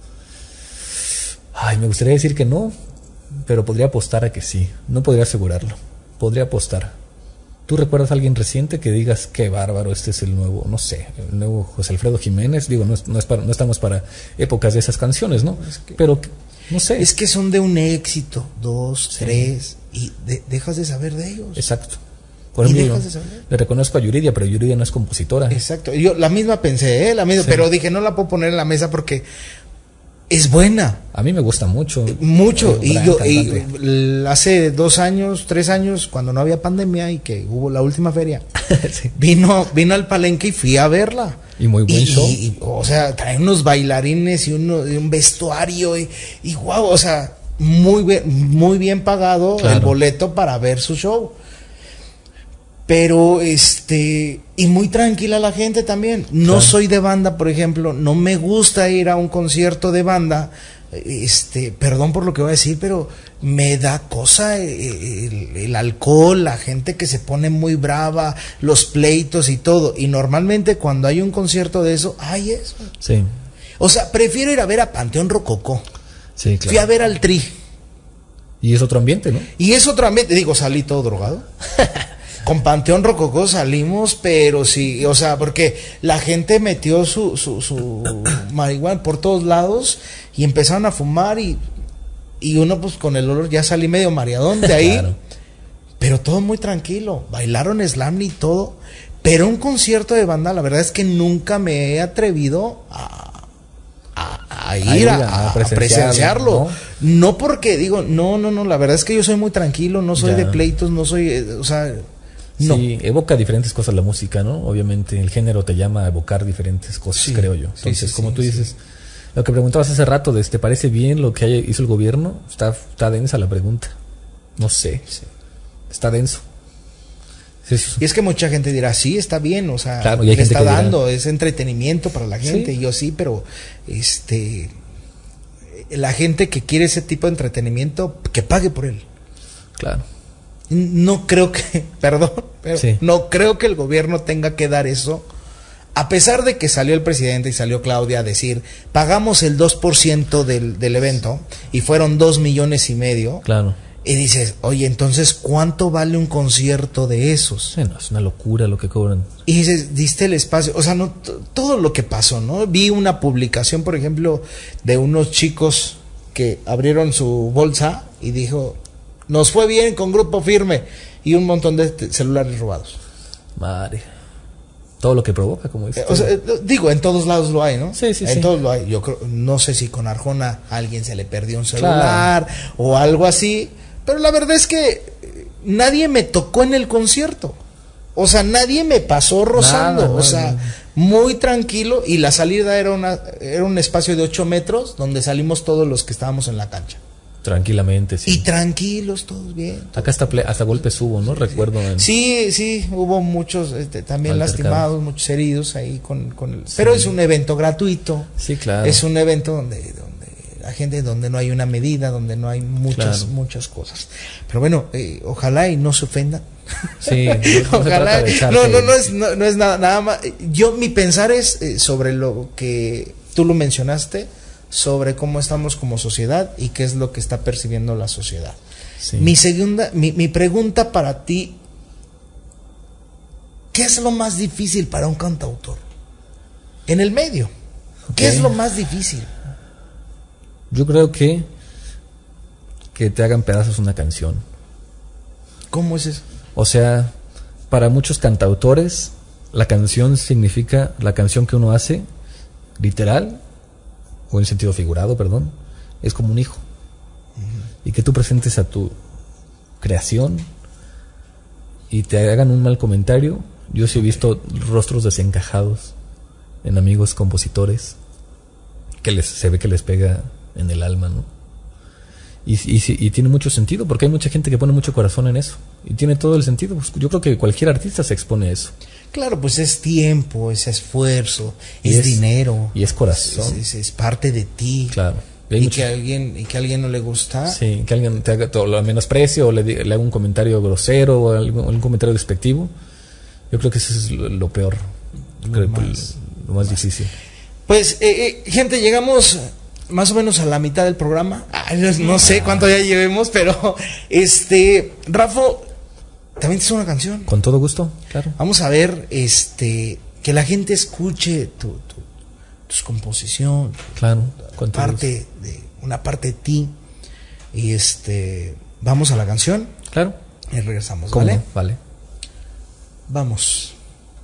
Ay, me gustaría decir que no, pero podría apostar a que sí. No podría asegurarlo. Podría apostar. ¿Tú recuerdas a alguien reciente que digas qué bárbaro, este es el nuevo, no sé, el nuevo José Alfredo Jiménez? Digo, no, es, no, es para, no estamos para épocas de esas canciones, ¿no? Es que, pero, no sé. Es que son de un éxito, dos, sí. tres, y de, dejas de saber de ellos. Exacto. Por ejemplo, yo, le reconozco a Yuridia, pero Yuridia no es compositora. Exacto. Yo la misma pensé, ¿eh? la misma, sí. Pero dije, no la puedo poner en la mesa porque es buena. A mí me gusta mucho. Mucho. Y yo y hace dos años, tres años, cuando no había pandemia y que hubo la última feria, sí. vino, vino al Palenque y fui a verla. Y muy buen y, show. Y, y, o sea, trae unos bailarines y, uno, y un vestuario y, y wow, o sea, muy bien, muy bien pagado, claro, el boleto para ver su show. Pero este, y muy tranquila la gente también. No, claro, soy de banda, por ejemplo, no me gusta ir a un concierto de banda. Este, perdón por lo que voy a decir, pero me da cosa el, el, el alcohol, la gente que se pone muy brava, los pleitos y todo. Y normalmente cuando hay un concierto de eso, hay eso. Sí. O sea, prefiero ir a ver a Panteón Rococó. Sí, claro. Fui a ver al Tri. Y es otro ambiente, ¿no? Y es otro ambiente. Digo, salí todo drogado. Con Panteón Rococó salimos, pero sí, o sea, porque la gente metió su, su, su marihuana por todos lados y empezaron a fumar y, y uno pues con el olor ya salí medio mareadón de ahí, claro, pero todo muy tranquilo, bailaron slam y todo, pero un concierto de banda, la verdad es que nunca me he atrevido a, a, a ir a, a, a presenciarlo, presenciarlo. ¿No? No porque digo, no, no, no, la verdad es que yo soy muy tranquilo, no soy ya. de pleitos, no soy, o sea... No. Sí, evoca diferentes cosas la música, ¿no? Obviamente el género te llama a evocar diferentes cosas, sí, creo yo. Entonces, sí, sí, como sí, tú dices, sí. Lo que preguntabas hace rato, de, ¿te parece bien lo que hizo el gobierno? Está, está densa la pregunta. No sé, sí. Está denso. Sí, sí. Y es que mucha gente dirá, sí, está bien, o sea, claro, y hay le gente está que dando, dirá, es entretenimiento para la gente, sí. Y yo sí, pero este, la gente que quiere ese tipo de entretenimiento, que pague por él. Claro. No creo que, perdón, pero sí. no creo que el gobierno tenga que dar eso, a pesar de que salió el presidente y salió Claudia a decir, pagamos el dos por ciento del, del evento, y fueron dos millones y medio. Claro. Y dices, oye, entonces, ¿cuánto vale un concierto de esos? Sí, no, es una locura lo que cobran. Y dices, diste el espacio, o sea, no, t- todo lo que pasó, ¿no? Vi una publicación, por ejemplo, de unos chicos que abrieron su bolsa y dijo... Nos fue bien con Grupo Firme y un montón de celulares robados. Madre. todo lo que provoca, como dices. O sea, digo, en todos lados lo hay, ¿no? Sí, sí, en sí. todos lo hay. Yo creo, no sé si con Arjona a alguien se le perdió un celular, claro, o algo así, pero la verdad es que nadie me tocó en el concierto. O sea, nadie me pasó rozando. Nada, o sea, nada. Muy tranquilo, y la salida era una era un espacio de ocho metros donde salimos todos los que estábamos en la cancha. Tranquilamente, sí. Y tranquilos, todos bien. Todos Acá hasta, ple- hasta golpes hubo, ¿no? Recuerdo. En... Sí, sí, hubo muchos este, también altercados, lastimados, muchos heridos ahí con, con el... Sí. Pero es un evento gratuito. Sí, claro. Es un evento donde, donde la gente, donde no hay una medida, donde no hay muchas, claro, muchas cosas. Pero bueno, eh, ojalá y no se ofendan. Sí, no, ojalá. No, no, no es, no, no es nada, nada más. Yo, mi pensar es eh, sobre lo que tú lo mencionaste, sobre cómo estamos como sociedad y qué es lo que está percibiendo la sociedad. Sí. Mi segunda, mi, mi pregunta para ti, ¿qué es lo más difícil para un cantautor? En el medio, okay, ¿qué es lo más difícil? Yo creo que que te hagan pedazos una canción. ¿Cómo es eso? O sea, para muchos cantautores, la canción significa la canción que uno hace, literal, o en sentido figurado, perdón, es como un hijo. Uh-huh. Y que tú presentes a tu creación y te hagan un mal comentario. Yo sí he visto rostros desencajados en amigos compositores que les, se ve que les pega en el alma, ¿no? Y, y, y tiene mucho sentido, porque hay mucha gente que pone mucho corazón en eso, y tiene todo el sentido. Pues yo creo que cualquier artista se expone a eso. Claro, pues es tiempo, es esfuerzo, es, es dinero. Y es corazón. Es, es, es parte de ti. Claro. Y, y que a alguien, y que a alguien no le gusta. Sí, que alguien te haga todo, lo menosprecie, o le, le haga un comentario grosero, o algún, un comentario despectivo. Yo creo que eso es lo, lo peor. Lo, creo, más, lo más, más difícil. Pues, eh, eh, gente, llegamos más o menos a la mitad del programa. Ay, no sé cuánto ya llevemos, pero este, Rafa, también te hizo una canción. Con todo gusto, claro. Vamos a ver, este, que la gente escuche tu, tu, tus composición, claro, con parte de una parte de ti. Y este, vamos a la canción. Claro. Y regresamos, ¿Cómo? ¿vale? Vale. Vamos.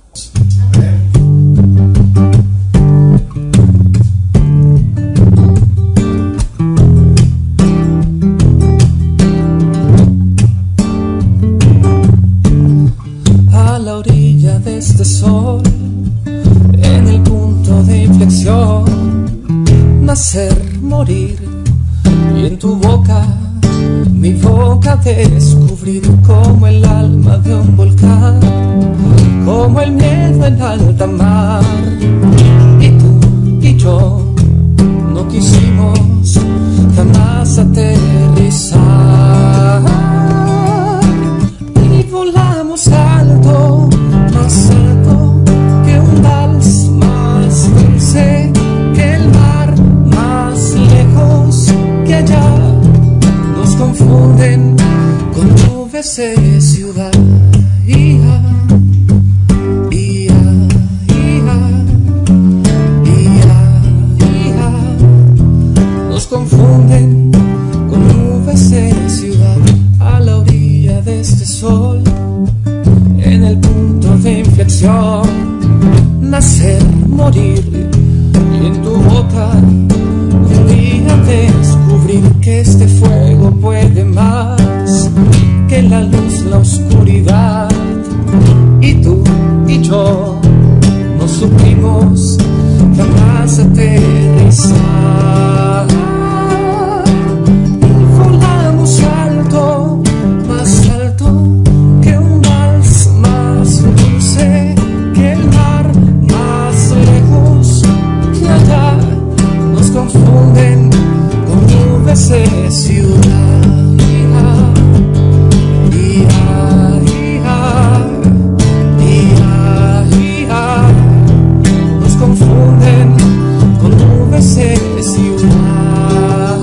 A la orilla de este sol, en el punto de inflexión, nacer, morir, y en tu boca, mi boca descubrir como el alma de un volcán, como el miedo en alta mar. Y tú y yo no quisimos jamás aterrizar, y volamos alto, más alto que un vals, más dulce que el mar, más lejos que allá. Nos confunden con nubes de ciudad. Ia, ia, ia, ia, ia. Nos confunden con nubes de ciudad. A la orilla de este sol, en el punto de inflexión, nacer, morir, y en tu boca un día descubrir que este fuego puede más que la luz, la oscuridad. Y tú y yo no supimos jamás aterrizar, y volamos alto, más alto que un vals, más dulce que el mar, más lejos que allá. Nos confunden con nubes de ciudad. Ia, ia, ia, ia. Nos confunden con nubes de ciudad.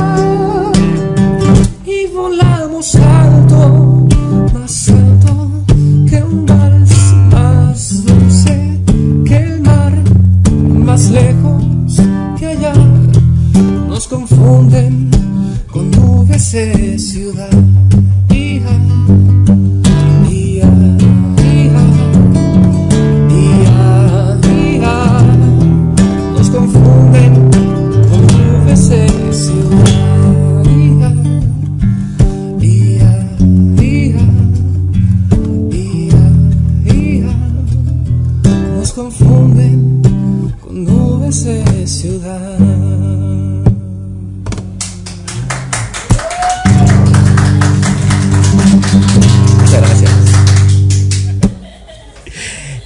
Y volamos alto, más alto que un vals, más dulce que el mar, más lejos que allá. Nos confunden con nubes de ciudad. Ia, ia, ia, ia,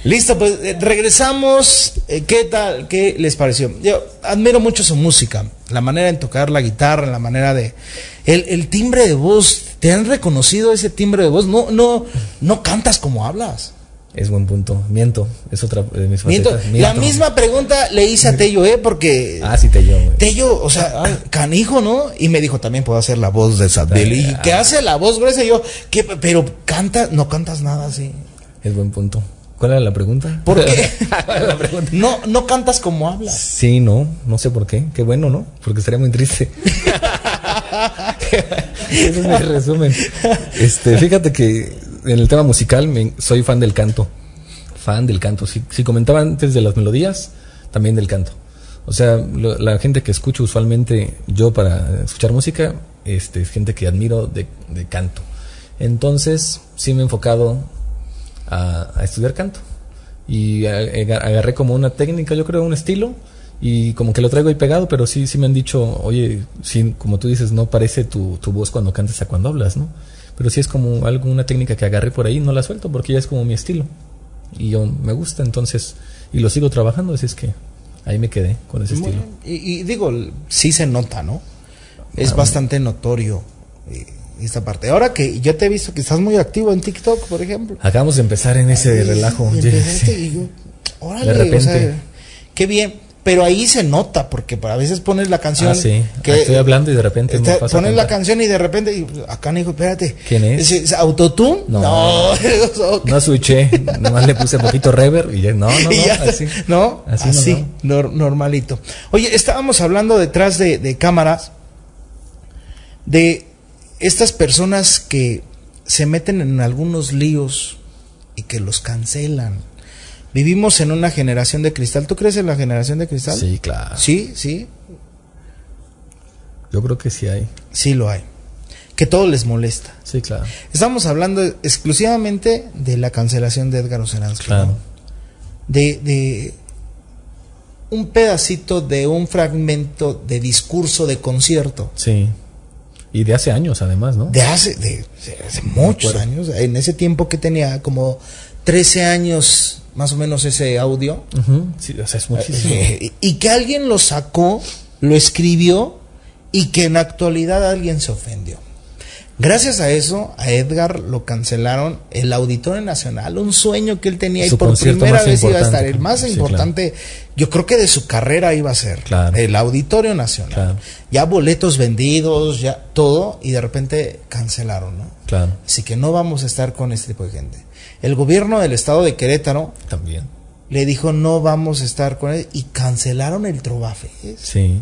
Listo, pues eh, regresamos. Eh, ¿Qué tal? ¿Qué les pareció? Yo admiro mucho su música, la manera de tocar la guitarra, la manera de el, el timbre de voz. ¿Te han reconocido ese timbre de voz? No, no, no cantas como hablas. Es buen punto. Miento, es otra de mis Miento. facetas. Miento. La misma pregunta le hice a Tello, ¿eh? Porque... Ah, sí, Tello, güey. Tello, o sea, ah, canijo, ¿no? Y me dijo, también puedo hacer la voz de Sadbel. Y Ah. que hace la voz gruesa. Y yo, ¿qué? Pero canta, no cantas nada así. Es buen punto. ¿Cuál era la pregunta? ¿Por qué? ¿Cuál era la pregunta? No, no cantas como hablas. Sí, no, no sé por qué. Qué bueno, ¿no? Porque estaría muy triste. Ese es mi resumen. Este, fíjate que en el tema musical me, soy fan del canto. Fan del canto. Si, si comentaba antes de las melodías, también del canto. O sea, lo, la gente que escucho usualmente yo para escuchar música, este, es gente que admiro de, de canto. Entonces, sí me he enfocado a, a estudiar canto. Y a, a, agarré como una técnica, yo creo, un estilo. Y como que lo traigo ahí pegado, pero sí, sí me han dicho, oye, sí, como tú dices, no parece tu, tu voz cuando cantas a cuando hablas, ¿no? Pero sí es como algo, una técnica que agarré por ahí, no la suelto porque ya es como mi estilo. Y yo me gusta, entonces, y lo sigo trabajando, así es que ahí me quedé con ese Bueno, estilo. y, y digo, sí se nota, ¿no? Es Ah, bastante notorio eh, esta parte. Ahora que yo te he visto que estás muy activo en TikTok, por ejemplo. Acabamos de empezar en ese relajo. Y empezaste y yo, órale, De repente. o sea, qué bien. Pero ahí se nota, porque a veces pones la canción. Ah, sí. Que, Estoy hablando y de repente te, me pasa a pones la cantar. canción y de repente, y acá Nico, espérate. ¿Quién es? ¿Es, es autotune? No. No, No switché, nomás le puse poquito reverb y ya, no, no, no, y ya, así. ¿no? Así Así, no, no. nor- normalito. Oye, estábamos hablando detrás de, de cámaras de estas personas que se meten en algunos líos y que los cancelan. Vivimos en una generación de cristal. ¿Tú crees en la generación de cristal? Sí, claro. Sí, sí, Yo creo que sí hay. sí lo hay. Que todo les molesta. Sí, claro. Estamos hablando exclusivamente de la cancelación de Edgar Oceransky. Claro. ¿no? De, de un pedacito de un fragmento de discurso de concierto. Sí. Y de hace años, además, ¿no? De hace, de, de hace muchos acuerdo. años. En ese tiempo que tenía como trece años, más o menos, ese audio. Ujú. Sí, o sea, es muchísimo. Eh, y que alguien lo sacó, lo escribió y que en la actualidad alguien se ofendió. Gracias a eso, a Edgar lo cancelaron el Auditorio Nacional, un sueño que él tenía Su y por concierto primera más vez iba a estar, importante. el más Sí, importante, yo creo que de su carrera iba a ser, Claro. el Auditorio Nacional. Claro. Ya boletos vendidos, ya todo, y de repente cancelaron, ¿no? Claro, Así que no vamos a estar con este tipo de gente. El gobierno del estado de Querétaro también. le dijo no vamos a estar con él y cancelaron el Trovafest. Sí.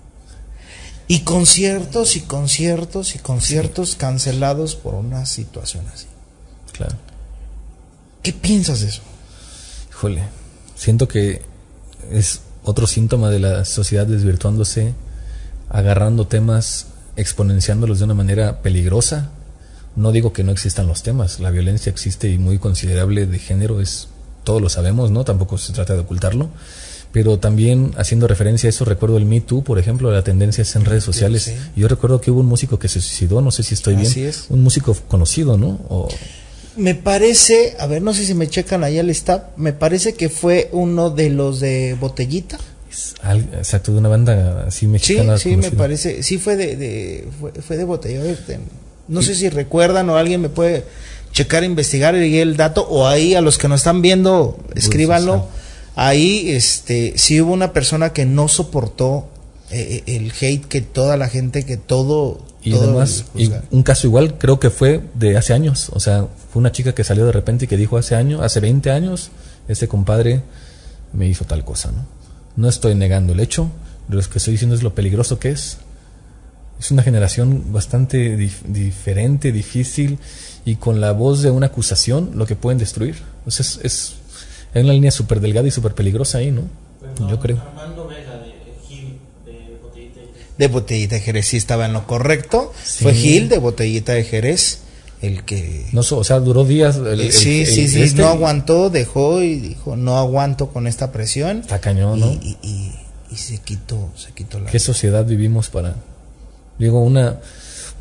Y conciertos y conciertos y conciertos cancelados por una situación así. Claro. ¿Qué piensas de eso? Híjole, siento que es otro síntoma de la sociedad desvirtuándose, agarrando temas, exponenciándolos de una manera peligrosa. No digo que no existan los temas, la violencia existe y muy considerable de género, es todos lo sabemos, ¿no? Tampoco se trata de ocultarlo. Pero también haciendo referencia a eso, recuerdo el Me Too, por ejemplo, la tendencia es en redes sociales. Sí. Yo recuerdo que hubo un músico que se suicidó, no sé si estoy Así bien. es. Un músico conocido, ¿no? O, Me parece, a ver, no sé si me checan ahí el staff, me parece que fue uno de los de Botellita. es al- exacto, de una banda así Sí, mexicana. sí, me conocida. parece, sí fue de, de fue, fue de Botellita. A ver, ten- no sé si recuerdan o alguien me puede checar, investigar y el dato, o ahí a los que nos están viendo, escríbanlo. Ahí, este, sí hubo una persona que no soportó eh, el hate que toda la gente, que todo, Y todo además, y juzga. un caso igual creo que fue de hace años, o sea, fue una chica que salió de repente y que dijo hace años, hace veinte años, este compadre me hizo tal cosa, ¿no? No estoy negando el hecho, lo que estoy diciendo es lo peligroso que es. Es una generación bastante dif- diferente, difícil, y con la voz de una acusación lo que pueden destruir. O sea, es, es hay una línea súper delgada y súper peligrosa ahí, ¿no? Bueno, Yo creo. Armando Vega de Gil de Botellita y Jerez. De Botellita de Jerez, sí estaba en lo correcto. Sí. Fue Gil de Botellita de Jerez el que... No, so- o sea, duró días. el- el- sí, el- sí, sí, este- no aguantó, dejó y dijo, no aguanto con esta presión. Está cañón, ¿no? Y, y, y, y se quitó, se quitó la... ¿Qué sociedad vivimos para...? Digo, una,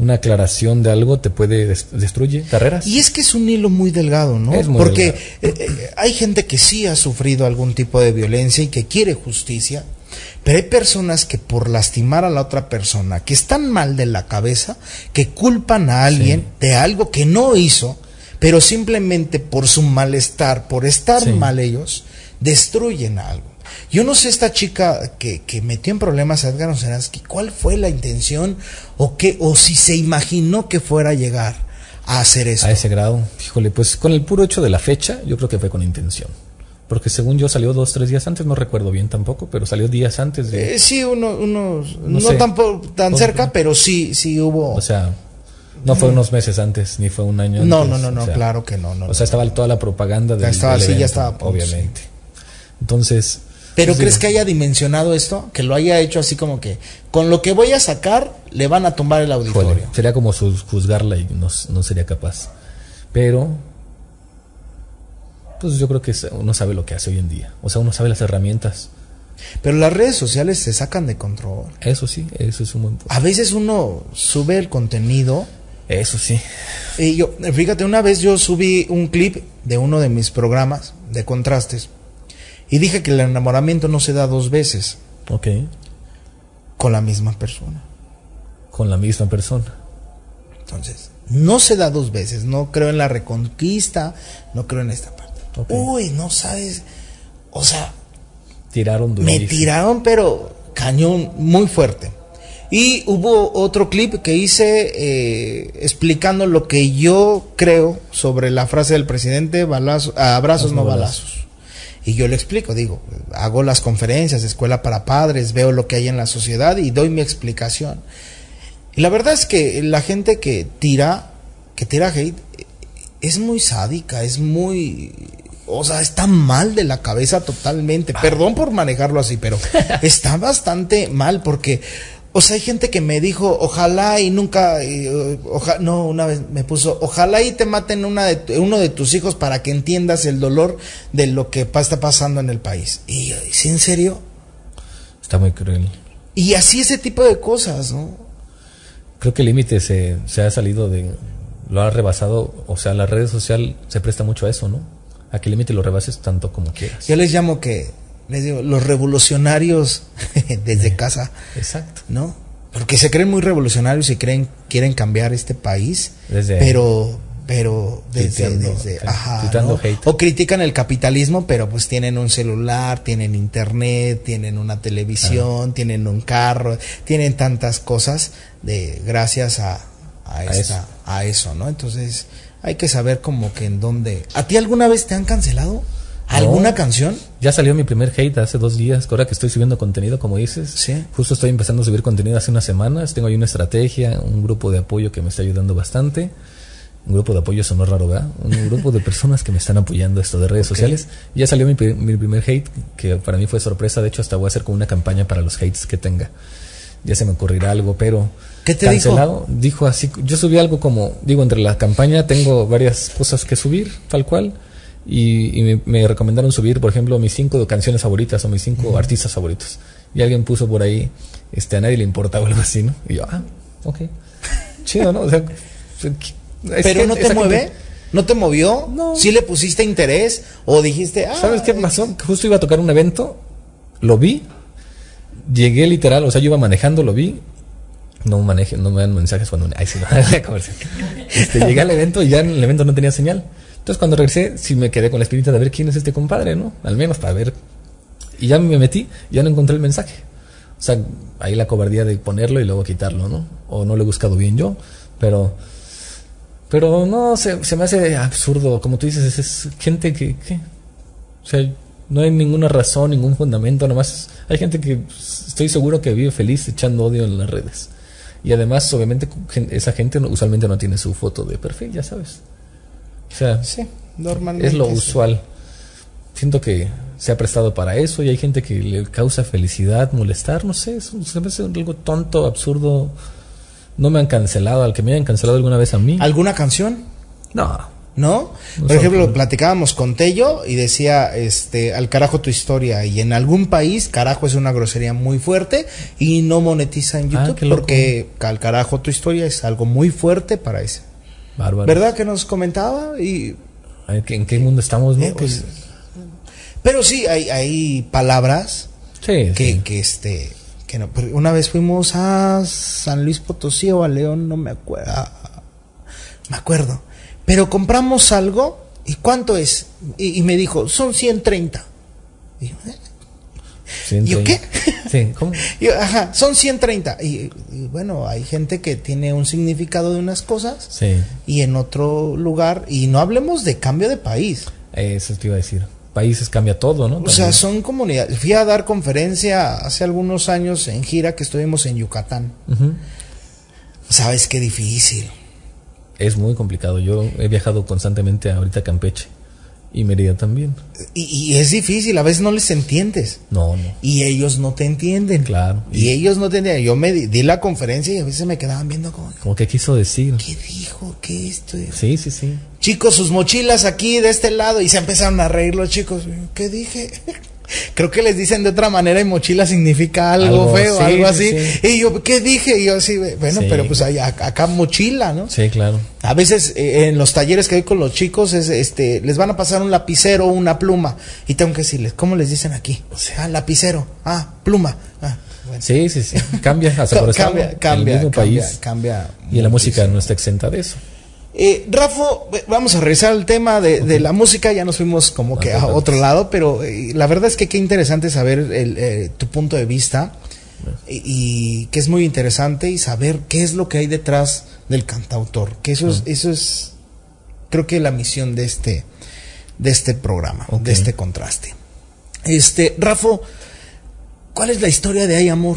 una aclaración de algo te puede des- destruye carreras. Y es que es un hilo muy delgado, ¿no? Es muy Porque delgado. eh, eh, hay gente que sí ha sufrido algún tipo de violencia y que quiere justicia, pero hay personas que por lastimar a la otra persona, que están mal de la cabeza, que culpan a alguien Sí. de algo que no hizo, pero simplemente por su malestar, por estar Sí. mal ellos, destruyen algo. Yo no sé esta chica que, que metió en problemas a Edgar Oceransky, cuál fue la intención o qué, o si se imaginó que fuera a llegar a hacer eso. A ese grado, híjole, pues con el puro hecho de la fecha, yo creo que fue con intención. Porque según yo salió dos, tres días antes, no recuerdo bien tampoco, pero salió días antes de... Eh, sí, uno, uno No no, sé. tampoco tan Por- cerca, pero sí, sí hubo. O sea, no fue unos meses antes, ni fue un año antes. no, no, no, no, o sea, claro que no, no. O sea, estaba toda la propaganda del, Ya estaba, del sí, ya evento, estaba a punto, obviamente. Entonces... Pero pues, ¿crees digo, que haya dimensionado esto? Que lo haya hecho así como que con lo que voy a sacar le van a tumbar el auditorio. híjole, sería como su- juzgarla y no, no sería capaz. Pero, pues yo creo que es- uno sabe lo que hace hoy en día. O sea, uno sabe las herramientas. Pero las redes sociales se sacan de control. Eso sí, eso es un buen punto. A veces uno sube el contenido. Eso sí. Y yo, fíjate, una vez yo subí un clip de uno de mis programas de contrastes y dije que el enamoramiento no se da dos veces Ok. con la misma persona. Con la misma persona. Entonces, no se da dos veces. No creo en la reconquista, no creo en esta parte. Ok. Uy, no sabes. O sea, Tiraron me durísimo. tiraron, pero cañón, muy fuerte. Y hubo otro clip que hice eh, explicando lo que yo creo sobre la frase del presidente, balazo, abrazos no balazos. Y yo le explico, digo, hago las conferencias, escuela para padres, veo lo que hay en la sociedad y doy mi explicación. Y la verdad es que la gente que tira, que tira hate, es muy sádica, es muy... O sea, está mal de la cabeza totalmente. Perdón por manejarlo así, pero está bastante mal porque... O sea, hay gente que me dijo, ojalá y nunca, eh, oja, no, una vez me puso, ojalá y te maten una de, uno de tus hijos para que entiendas el dolor de lo que pa- está pasando en el país. Y yo, ¿sí, en serio? Está muy cruel. Y así ese tipo de cosas, ¿no? Creo que el límite se, se ha salido de... Lo ha rebasado. O sea, la red social se presta mucho a eso, ¿no? A que el límite lo rebases tanto como quieras. Yo les llamo que, les digo, los revolucionarios desde casa, Exacto. ¿no? Porque se creen muy revolucionarios y creen, quieren cambiar este país, Desde- pero, pero desde, Tuiteando, desde sí, ajá, tuiteando ¿no? hate. O critican el capitalismo, pero pues tienen un celular, tienen internet, tienen una televisión, tienen un carro, tienen tantas cosas de gracias a, a, A esta, eso. a eso, ¿no? Entonces hay que saber como que en dónde. ¿A ti alguna vez te han cancelado alguna No. canción? Ya salió mi primer hate hace dos días, ahora que estoy subiendo contenido, como dices. Sí. Justo estoy empezando a subir contenido hace unas semanas. Tengo ahí una estrategia, un grupo de apoyo que me está ayudando bastante. Un grupo de apoyo sonó raro, ¿verdad? Un grupo de personas que me están apoyando esto de redes Ok. sociales. Ya salió mi, pri- mi primer hate, que para mí fue sorpresa. De hecho, hasta voy a hacer como una campaña para los hates que tenga. Ya se me ocurrirá algo, pero... ¿Qué te cancelado, dijo? Dijo así, yo subí algo como, digo, entre la campaña tengo varias cosas que subir, tal cual. Y, y me, me recomendaron subir, por ejemplo, mis cinco canciones favoritas o mis cinco uh-huh. artistas favoritos. Y alguien puso por ahí, este, a nadie le importaba algo así, ¿no? Y yo, ah, ok. Chido, ¿no? O sea, es pero que no te esa mueve, gente- no te movió, No. ¿sí le pusiste interés o dijiste, ah, ¿Sabes qué pasó? Que justo iba a tocar un evento, lo vi, llegué literal, o sea, yo iba manejando, lo vi. No maneje, no me dan mensajes cuando... Ay, sí, no, la comercial. Este, llegué al evento y ya en el evento no tenía señal. Entonces cuando regresé, sí me quedé con la espinita de ver quién es este compadre, ¿no? Al menos para ver. Y ya me metí, ya no encontré el mensaje. O sea, ahí la cobardía de ponerlo y luego quitarlo, ¿no? O no lo he buscado bien yo, pero... Pero no, se, se me hace absurdo. Como tú dices, es, es gente que... ¿qué? O sea, no hay ninguna razón, ningún fundamento, nomás... Hay gente que estoy seguro que vive feliz echando odio en las redes. Y además, obviamente, esa gente no, usualmente no tiene su foto de perfil, ya sabes. O sea, sí, normalmente es lo sí. usual. Siento que se ha prestado para eso y hay gente que le causa felicidad, molestar, no sé, es, se me hace algo tonto, absurdo. No me han cancelado, al que me hayan cancelado alguna vez a mí. ¿Alguna canción? No, ¿no? No Por ejemplo, sabía. platicábamos con Tello y decía, este, al carajo tu historia, y en algún país carajo es una grosería muy fuerte y no monetiza en Ah, YouTube qué loco. porque al carajo tu historia es algo muy fuerte para eso. Bárbaro. ¿Verdad que nos comentaba? Y Ay, ¿En qué mundo estamos, no? eh, pues, pero sí hay hay palabras Sí, que, sí. que este que no. Pero una vez fuimos a San Luis Potosí o a León, no me acuerdo, me acuerdo, pero compramos algo. ¿Y cuánto es? Y, y me dijo, son ciento treinta. Y yo, ¿eh? ciento ¿yo qué? Sí, ¿cómo? Y yo, ajá, son ciento treinta. Y, y bueno, hay gente que tiene un significado de unas cosas Sí, y en otro lugar, y no hablemos de cambio de país. eso te iba a decir. Países cambia todo, ¿no? O sea, También. son comunidades. Fui a dar conferencia hace algunos años en gira que estuvimos en Yucatán. Ujú. Sabes qué difícil. Es muy complicado. Yo he viajado constantemente ahorita a Campeche y Mérida también. Y, y es difícil, a veces no les entiendes. No, no. Y ellos no te entienden. Claro. Y, Y- ellos no te entienden. Yo me di, di la conferencia y a veces me quedaban viendo como, Como que quiso decir. ¿qué dijo? ¿Qué esto? Sí, sí, sí. Chicos, sus mochilas aquí de este lado. Y se empezaron a reír los chicos. ¿Qué dije? Creo que les dicen de otra manera y mochila significa algo, Algo, feo, sí, algo sí, así. sí. Y yo, ¿qué dije? Y yo así, bueno, Sí. pero pues hay, acá, acá mochila, ¿no? Sí, claro. A veces eh, en los talleres que hay con los chicos es, este, les van a pasar un lapicero o una pluma y tengo que decirles, ¿cómo les dicen aquí? Ah, lapicero, ah, pluma. Ah, bueno. Sí, sí, sí. Cambia hasta por estado. Cambia, En cambia, el mismo cambia, país. cambia Y la música muchísimo. no está exenta de eso. Eh, Rafa, eh, vamos a regresar al tema de, de la música, ya nos fuimos como que a Ajá. otro lado, pero eh, la verdad es que qué interesante saber el, eh, tu punto de vista y, y que es muy interesante y saber qué es lo que hay detrás del cantautor, que eso es, eso es creo que la misión de este, de este programa, Ok. de este contraste. Este, Rafa, ¿cuál es la historia de Hay Amor?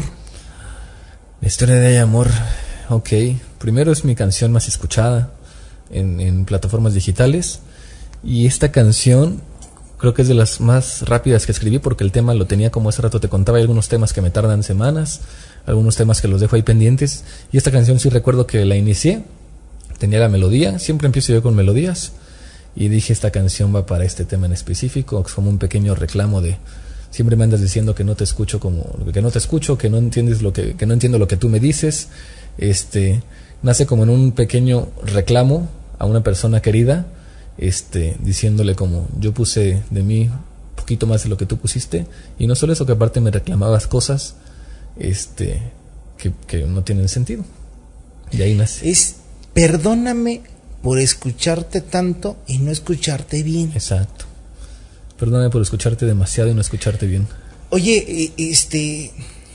La historia de Hay Amor. Ok. Primero es mi canción más escuchada en, en plataformas digitales. Y esta canción creo que es de las más rápidas que escribí porque el tema lo tenía, como hace rato te contaba, hay algunos temas que me tardan semanas, algunos temas que los dejo ahí pendientes. Y esta canción sí recuerdo que la inicié, tenía la melodía, siempre empiezo yo con melodías. Y dije, esta canción va para este tema en específico, es como un pequeño reclamo de... Siempre me andas diciendo que no te escucho como... Que no te escucho, que no entiendes lo que... Que no entiendo lo que tú me dices. Este... Nace como en un pequeño reclamo a una persona querida, este, diciéndole como, yo puse de mí un poquito más de lo que tú pusiste. Y no solo eso, que aparte me reclamabas cosas, este... Que, que no tienen sentido. Y ahí nace. Es, perdóname por escucharte tanto y no escucharte bien. Exacto. Perdóname por escucharte demasiado y no escucharte bien. Oye, eh, este,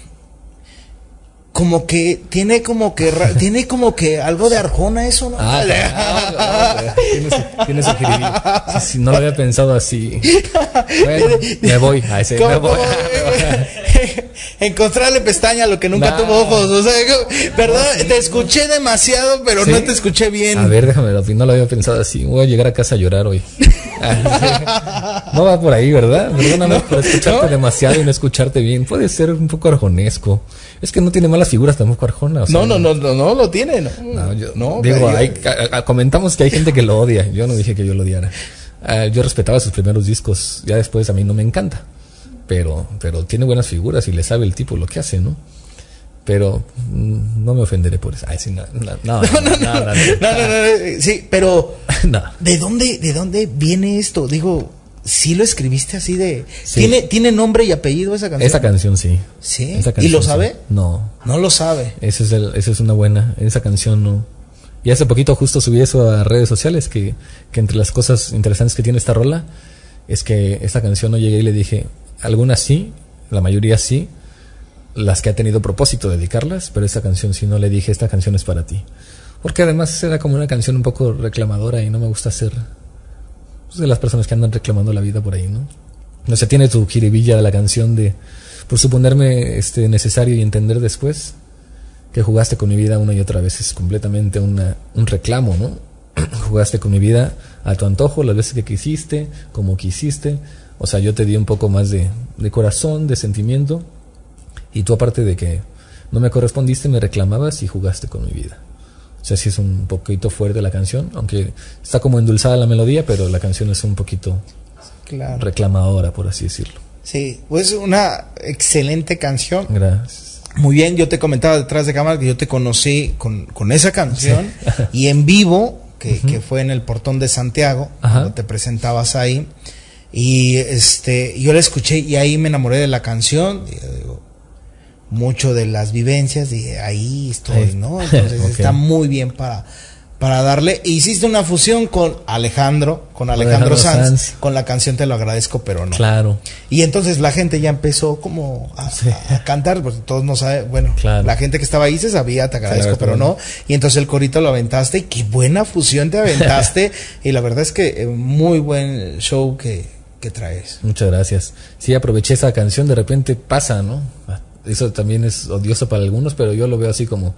como que tiene como que ra- tiene como que algo de Arjona eso, ¿no? Ah, claro, tienes, tienes el jiribí. Sí, sí, no lo había pensado así. Bueno, me voy a ese. ¿Cómo, Me voy. cómo? Encontrarle pestaña a lo que nunca No. tuvo ojos. O sea, perdón, te escuché demasiado, pero ¿Sí? no te escuché bien. A ver, déjame, no lo había pensado así. Voy a llegar a casa a llorar hoy. Ah, sí. No va por ahí, ¿verdad? Perdóname No, por escucharte no. demasiado y no escucharte bien. Puede ser un poco arjonesco. Es que no tiene malas figuras tampoco Arjona. O sea, No, no, no, no, no lo tiene, no. No, yo, No, digo, pero yo- hay- a- a- comentamos que hay gente que lo odia. Yo no dije que yo lo odiara. Ah, yo respetaba sus primeros discos. Ya después a mí no me encanta. Pero, pero tiene buenas figuras y le sabe el tipo lo que hace, ¿no? Pero mm, no me ofenderé por eso. Ay, sí, no, no, no, no, no, no, no, No, no, no, sí, pero no. ¿de dónde, de dónde viene esto? Digo, ¿sí lo escribiste así de... Sí. ¿Tiene, ¿Tiene nombre y apellido esa canción? Esa canción sí. Sí. Esa ¿Y canción, lo sí. sabe? No. No lo sabe. Esa es, el, esa es una buena. Esa canción no. Y hace poquito justo subí eso a redes sociales, que, que entre las cosas interesantes que tiene esta rola es que esta canción no llegué y le dije, algunas sí, la mayoría sí, las que ha tenido propósito de dedicarlas, pero esta canción sí no le dije, esta canción es para ti. Porque además era como una canción un poco reclamadora y no me gusta ser pues, de las personas que andan reclamando la vida por ahí, ¿no? O sea, tiene tu jiribilla de la canción de, por suponerme este, necesario y entender después que jugaste con mi vida una y otra vez, es completamente una, un reclamo, ¿no? Jugaste con mi vida a tu antojo, las veces que quisiste, como quisiste. O sea, yo te di un poco más de, de corazón, de sentimiento, y tú, aparte de que no me correspondiste, me reclamabas y jugaste con mi vida. O O sea, sí es un poquito fuerte la canción, aunque está como endulzada la melodía, pero la canción es un poquito Claro. reclamadora, por así decirlo. Sí, pues una excelente canción. Gracias. Muy bien, yo te comentaba detrás de cámara que yo te conocí con, con esa canción Sí. y en vivo, que, Ujú. que fue en el Portón de Santiago, Ajá. cuando te presentabas ahí. Y este yo la escuché y ahí me enamoré de la canción. Y yo digo, mucho de las vivencias, dije, ahí estoy, Ahí. ¿no? Entonces Ok. está muy bien para, para darle. Hiciste una fusión con Alejandro, con Alejandro, Alejandro Sanz, Sanz. con la canción Te lo agradezco, pero no. Claro. Y entonces la gente ya empezó como a, Sí. a- a cantar, porque todos no saben, bueno, Claro. la gente que estaba ahí se sabía, te agradezco, agradezco, pero pero no. Y entonces el corito lo aventaste y qué buena fusión te aventaste. Y la verdad es que eh, muy buen show que, que traes. Muchas gracias. Sí, aproveché esa canción, de repente pasa, ¿no? Eso también es odioso para algunos, pero yo lo veo así como...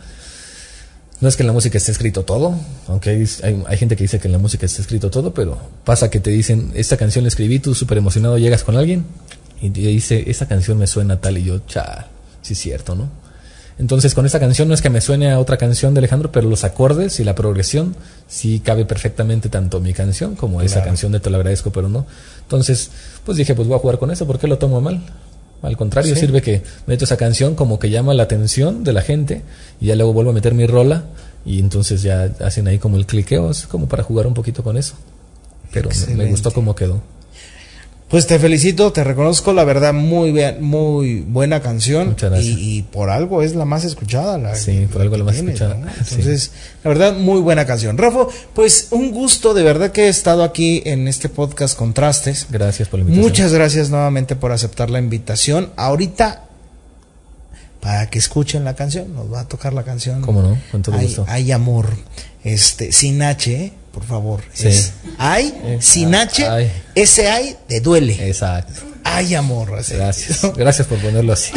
No es que en la música esté escrito todo, aunque hay, hay, hay gente que dice que en la música está escrito todo, pero pasa que te dicen, esta canción la escribí, tú súper emocionado llegas con alguien y te dice, esa canción me suena tal, y yo, cha, sí es cierto, ¿no? Entonces con esta canción no es que me suene a otra canción de Alejandro, pero los acordes y la progresión sí cabe perfectamente tanto mi canción como esa Claro. canción de Te lo agradezco, pero no. Entonces, pues dije, pues voy a jugar con eso, ¿por qué lo tomo mal? Al contrario, Sí. sirve que meto esa canción como que llama la atención de la gente y ya luego vuelvo a meter mi rola y entonces ya hacen ahí como el cliqueo, es como para jugar un poquito con eso. Pero me, me Excelente. gustó cómo quedó. Pues te felicito, te reconozco, la verdad, muy bien, muy buena canción. Muchas gracias. Y, y por algo es la más escuchada. La, Sí, por algo la más tienes, escuchada. ¿no? Sí. Entonces, la verdad, muy buena canción. Rafa, pues un gusto, de verdad que he estado aquí en este podcast Contrastes. Gracias por la invitación. Muchas gracias nuevamente por aceptar la invitación. Ahorita, para que escuchen la canción, nos va a tocar la canción. ¿Cómo no? Con todo Hay, gusto. hay amor, este, sin H, ¿eh? Por favor. Sí. Es hay, Eh, sin ah, H, ay. ese hay de duele. Exacto. Hay amor. así. Gracias. Gracias por ponerlo así.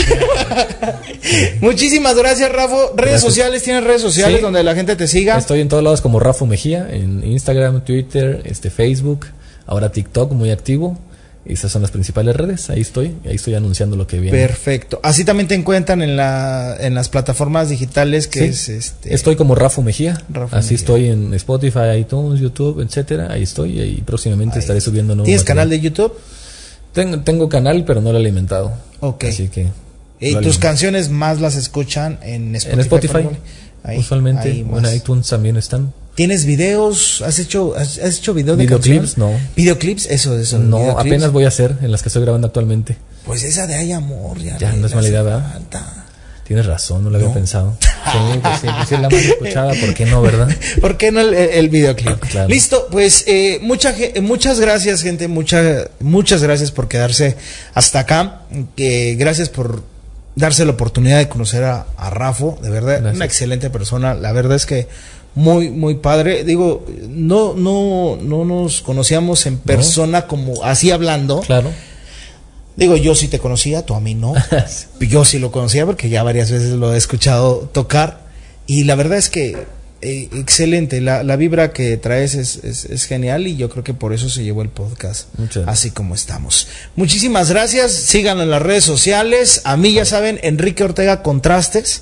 Muchísimas gracias, Rafa. Redes Gracias. sociales, ¿tienes redes sociales Sí. donde la gente te siga? Estoy en todos lados como Rafa Mejía, en Instagram, Twitter, este Facebook, ahora TikTok muy activo. Esas son las principales redes, ahí estoy, ahí estoy anunciando lo que viene. Perfecto. Así también te encuentran en la en las plataformas digitales que Sí. es este Estoy como Rafa Mejía, Rafa así Mejía. estoy en Spotify, iTunes, YouTube, etcétera. Ahí estoy y próximamente Ahí. estaré subiendo nuevo ¿Tienes material. canal de YouTube? Tengo, tengo canal, pero no lo he alimentado. Ok. Así que Y lo tus alimento. canciones más las escuchan en Spotify. en Spotify, por ejemplo. Ahí, usualmente, ahí bueno, más. iTunes también están. ¿Tienes videos? ¿Has hecho has, has hecho video de Videoclips, canción? no. ¿Videoclips? Eso, eso. No, videoclips. apenas voy a hacer en las que estoy grabando actualmente. Pues esa de Hay Amor. Ya, Ya, le- no es le mala hace idea, ¿verdad? falta. Tienes razón, no lo había No. pensado. Sí, pues sí, pues sí, es la más escuchada, ¿por qué no, verdad? ¿Por qué no el, el videoclip? Claro. Listo, pues eh, mucha, ge- muchas gracias, gente. Mucha, muchas gracias por quedarse hasta acá. Que gracias por darse la oportunidad de conocer a, a Rafo. De verdad, Gracias. una excelente persona. La verdad es que muy, muy padre. Digo, no, no, no nos conocíamos en persona como así hablando. Claro. Digo, yo sí te conocía, tú a mí no. Yo sí lo conocía porque ya varias veces lo he escuchado tocar. Y la verdad es que eh, excelente. La, la vibra que traes es, es, es genial y yo creo que por eso se llevó el podcast Muchas gracias. así como estamos. Muchísimas gracias. Síganlo en las redes sociales. A mí ya saben, Enrique Ortega Contrastes.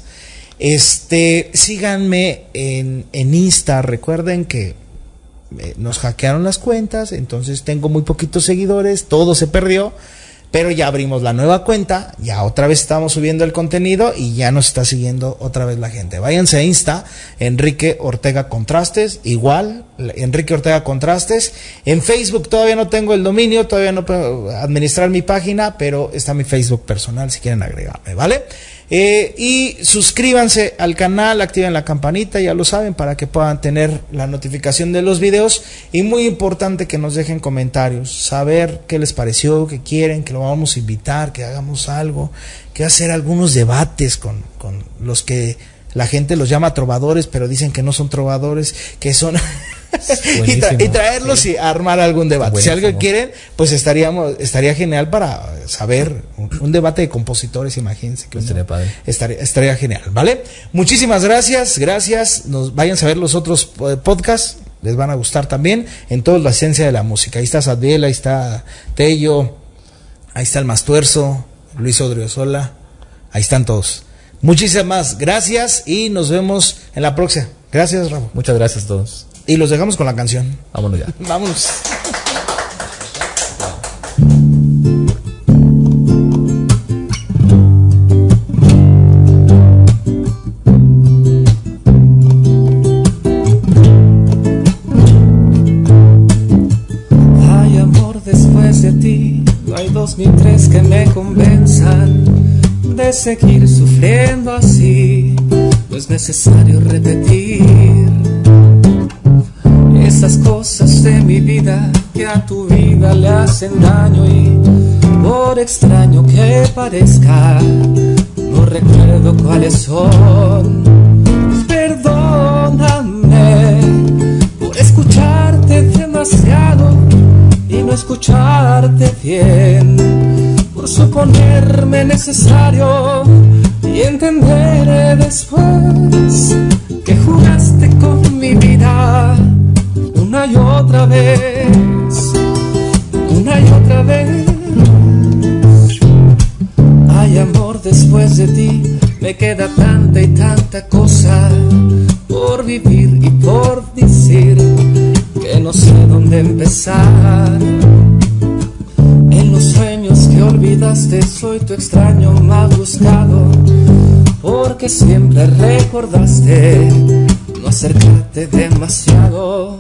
Este, síganme en, en Insta. Recuerden que eh, nos hackearon las cuentas, entonces tengo muy poquitos seguidores, todo se perdió. Pero ya abrimos la nueva cuenta, ya otra vez estamos subiendo el contenido y ya nos está siguiendo otra vez la gente. Váyanse a Insta, Enrique Ortega Contrastes, igual, Enrique Ortega Contrastes. En Facebook todavía no tengo el dominio, todavía no puedo administrar mi página, pero está mi Facebook personal si quieren agregarme, ¿vale? Eh, y suscríbanse al canal, activen la campanita, ya lo saben, para que puedan tener la notificación de los videos. Y muy importante que nos dejen comentarios, saber qué les pareció, qué quieren, que lo vamos a invitar, que hagamos algo, que hacer algunos debates con, con los que la gente los llama trovadores, pero dicen que no son trovadores, que son... y, tra- y traerlos sí. y armar algún debate. Si Buenísimo. algo quieren, pues estaríamos estaría genial para saber un, un debate de compositores, imagínense que Estaría uno- padre. estaría, estaría genial, ¿vale? Muchísimas gracias, gracias. Nos vayan a ver los otros eh, podcasts, les van a gustar también, en toda la esencia de la música. Ahí está Sadbiel, ahí está Tello, ahí está el Mastuerzo, Luis Odriozola, ahí están todos. Muchísimas gracias y nos vemos en la próxima. Gracias, Rafa. Muchas gracias a todos. Y los dejamos con la canción. Vámonos ya. Vámonos. Hay amor después de ti, no hay dos ni tres que me convenzan de seguir sufriendo así. No es necesario repetir esas cosas de mi vida que a tu vida le hacen daño, y por extraño que parezca, no recuerdo cuáles son. Perdóname por escucharte demasiado y no escucharte bien, por suponerme necesario y entender después que jugaste con mi vida una y otra vez, una y otra vez. Hay amor después de ti, me queda tanta y tanta cosa por vivir y por decir que no sé dónde empezar. En los sueños que olvidaste soy tu extraño más buscado, porque siempre recordaste no acercarte demasiado.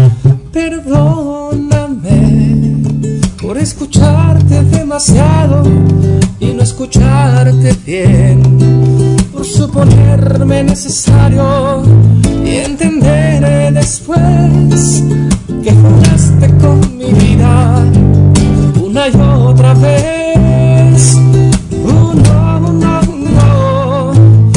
Perdóname por escucharte demasiado y no escucharte bien, por suponerme necesario y entender después que jugaste con mi vida una y otra vez. Oh, no, no, no.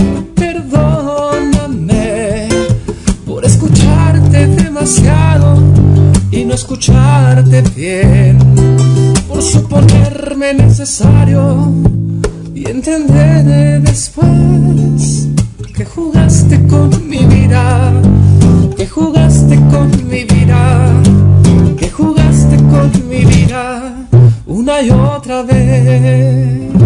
Perdóname por escucharte demasiado y no escucharte bien, por suponerme necesario y entender después que jugaste con mi vida, que jugaste con mi vida, que jugaste con mi vida una y otra vez.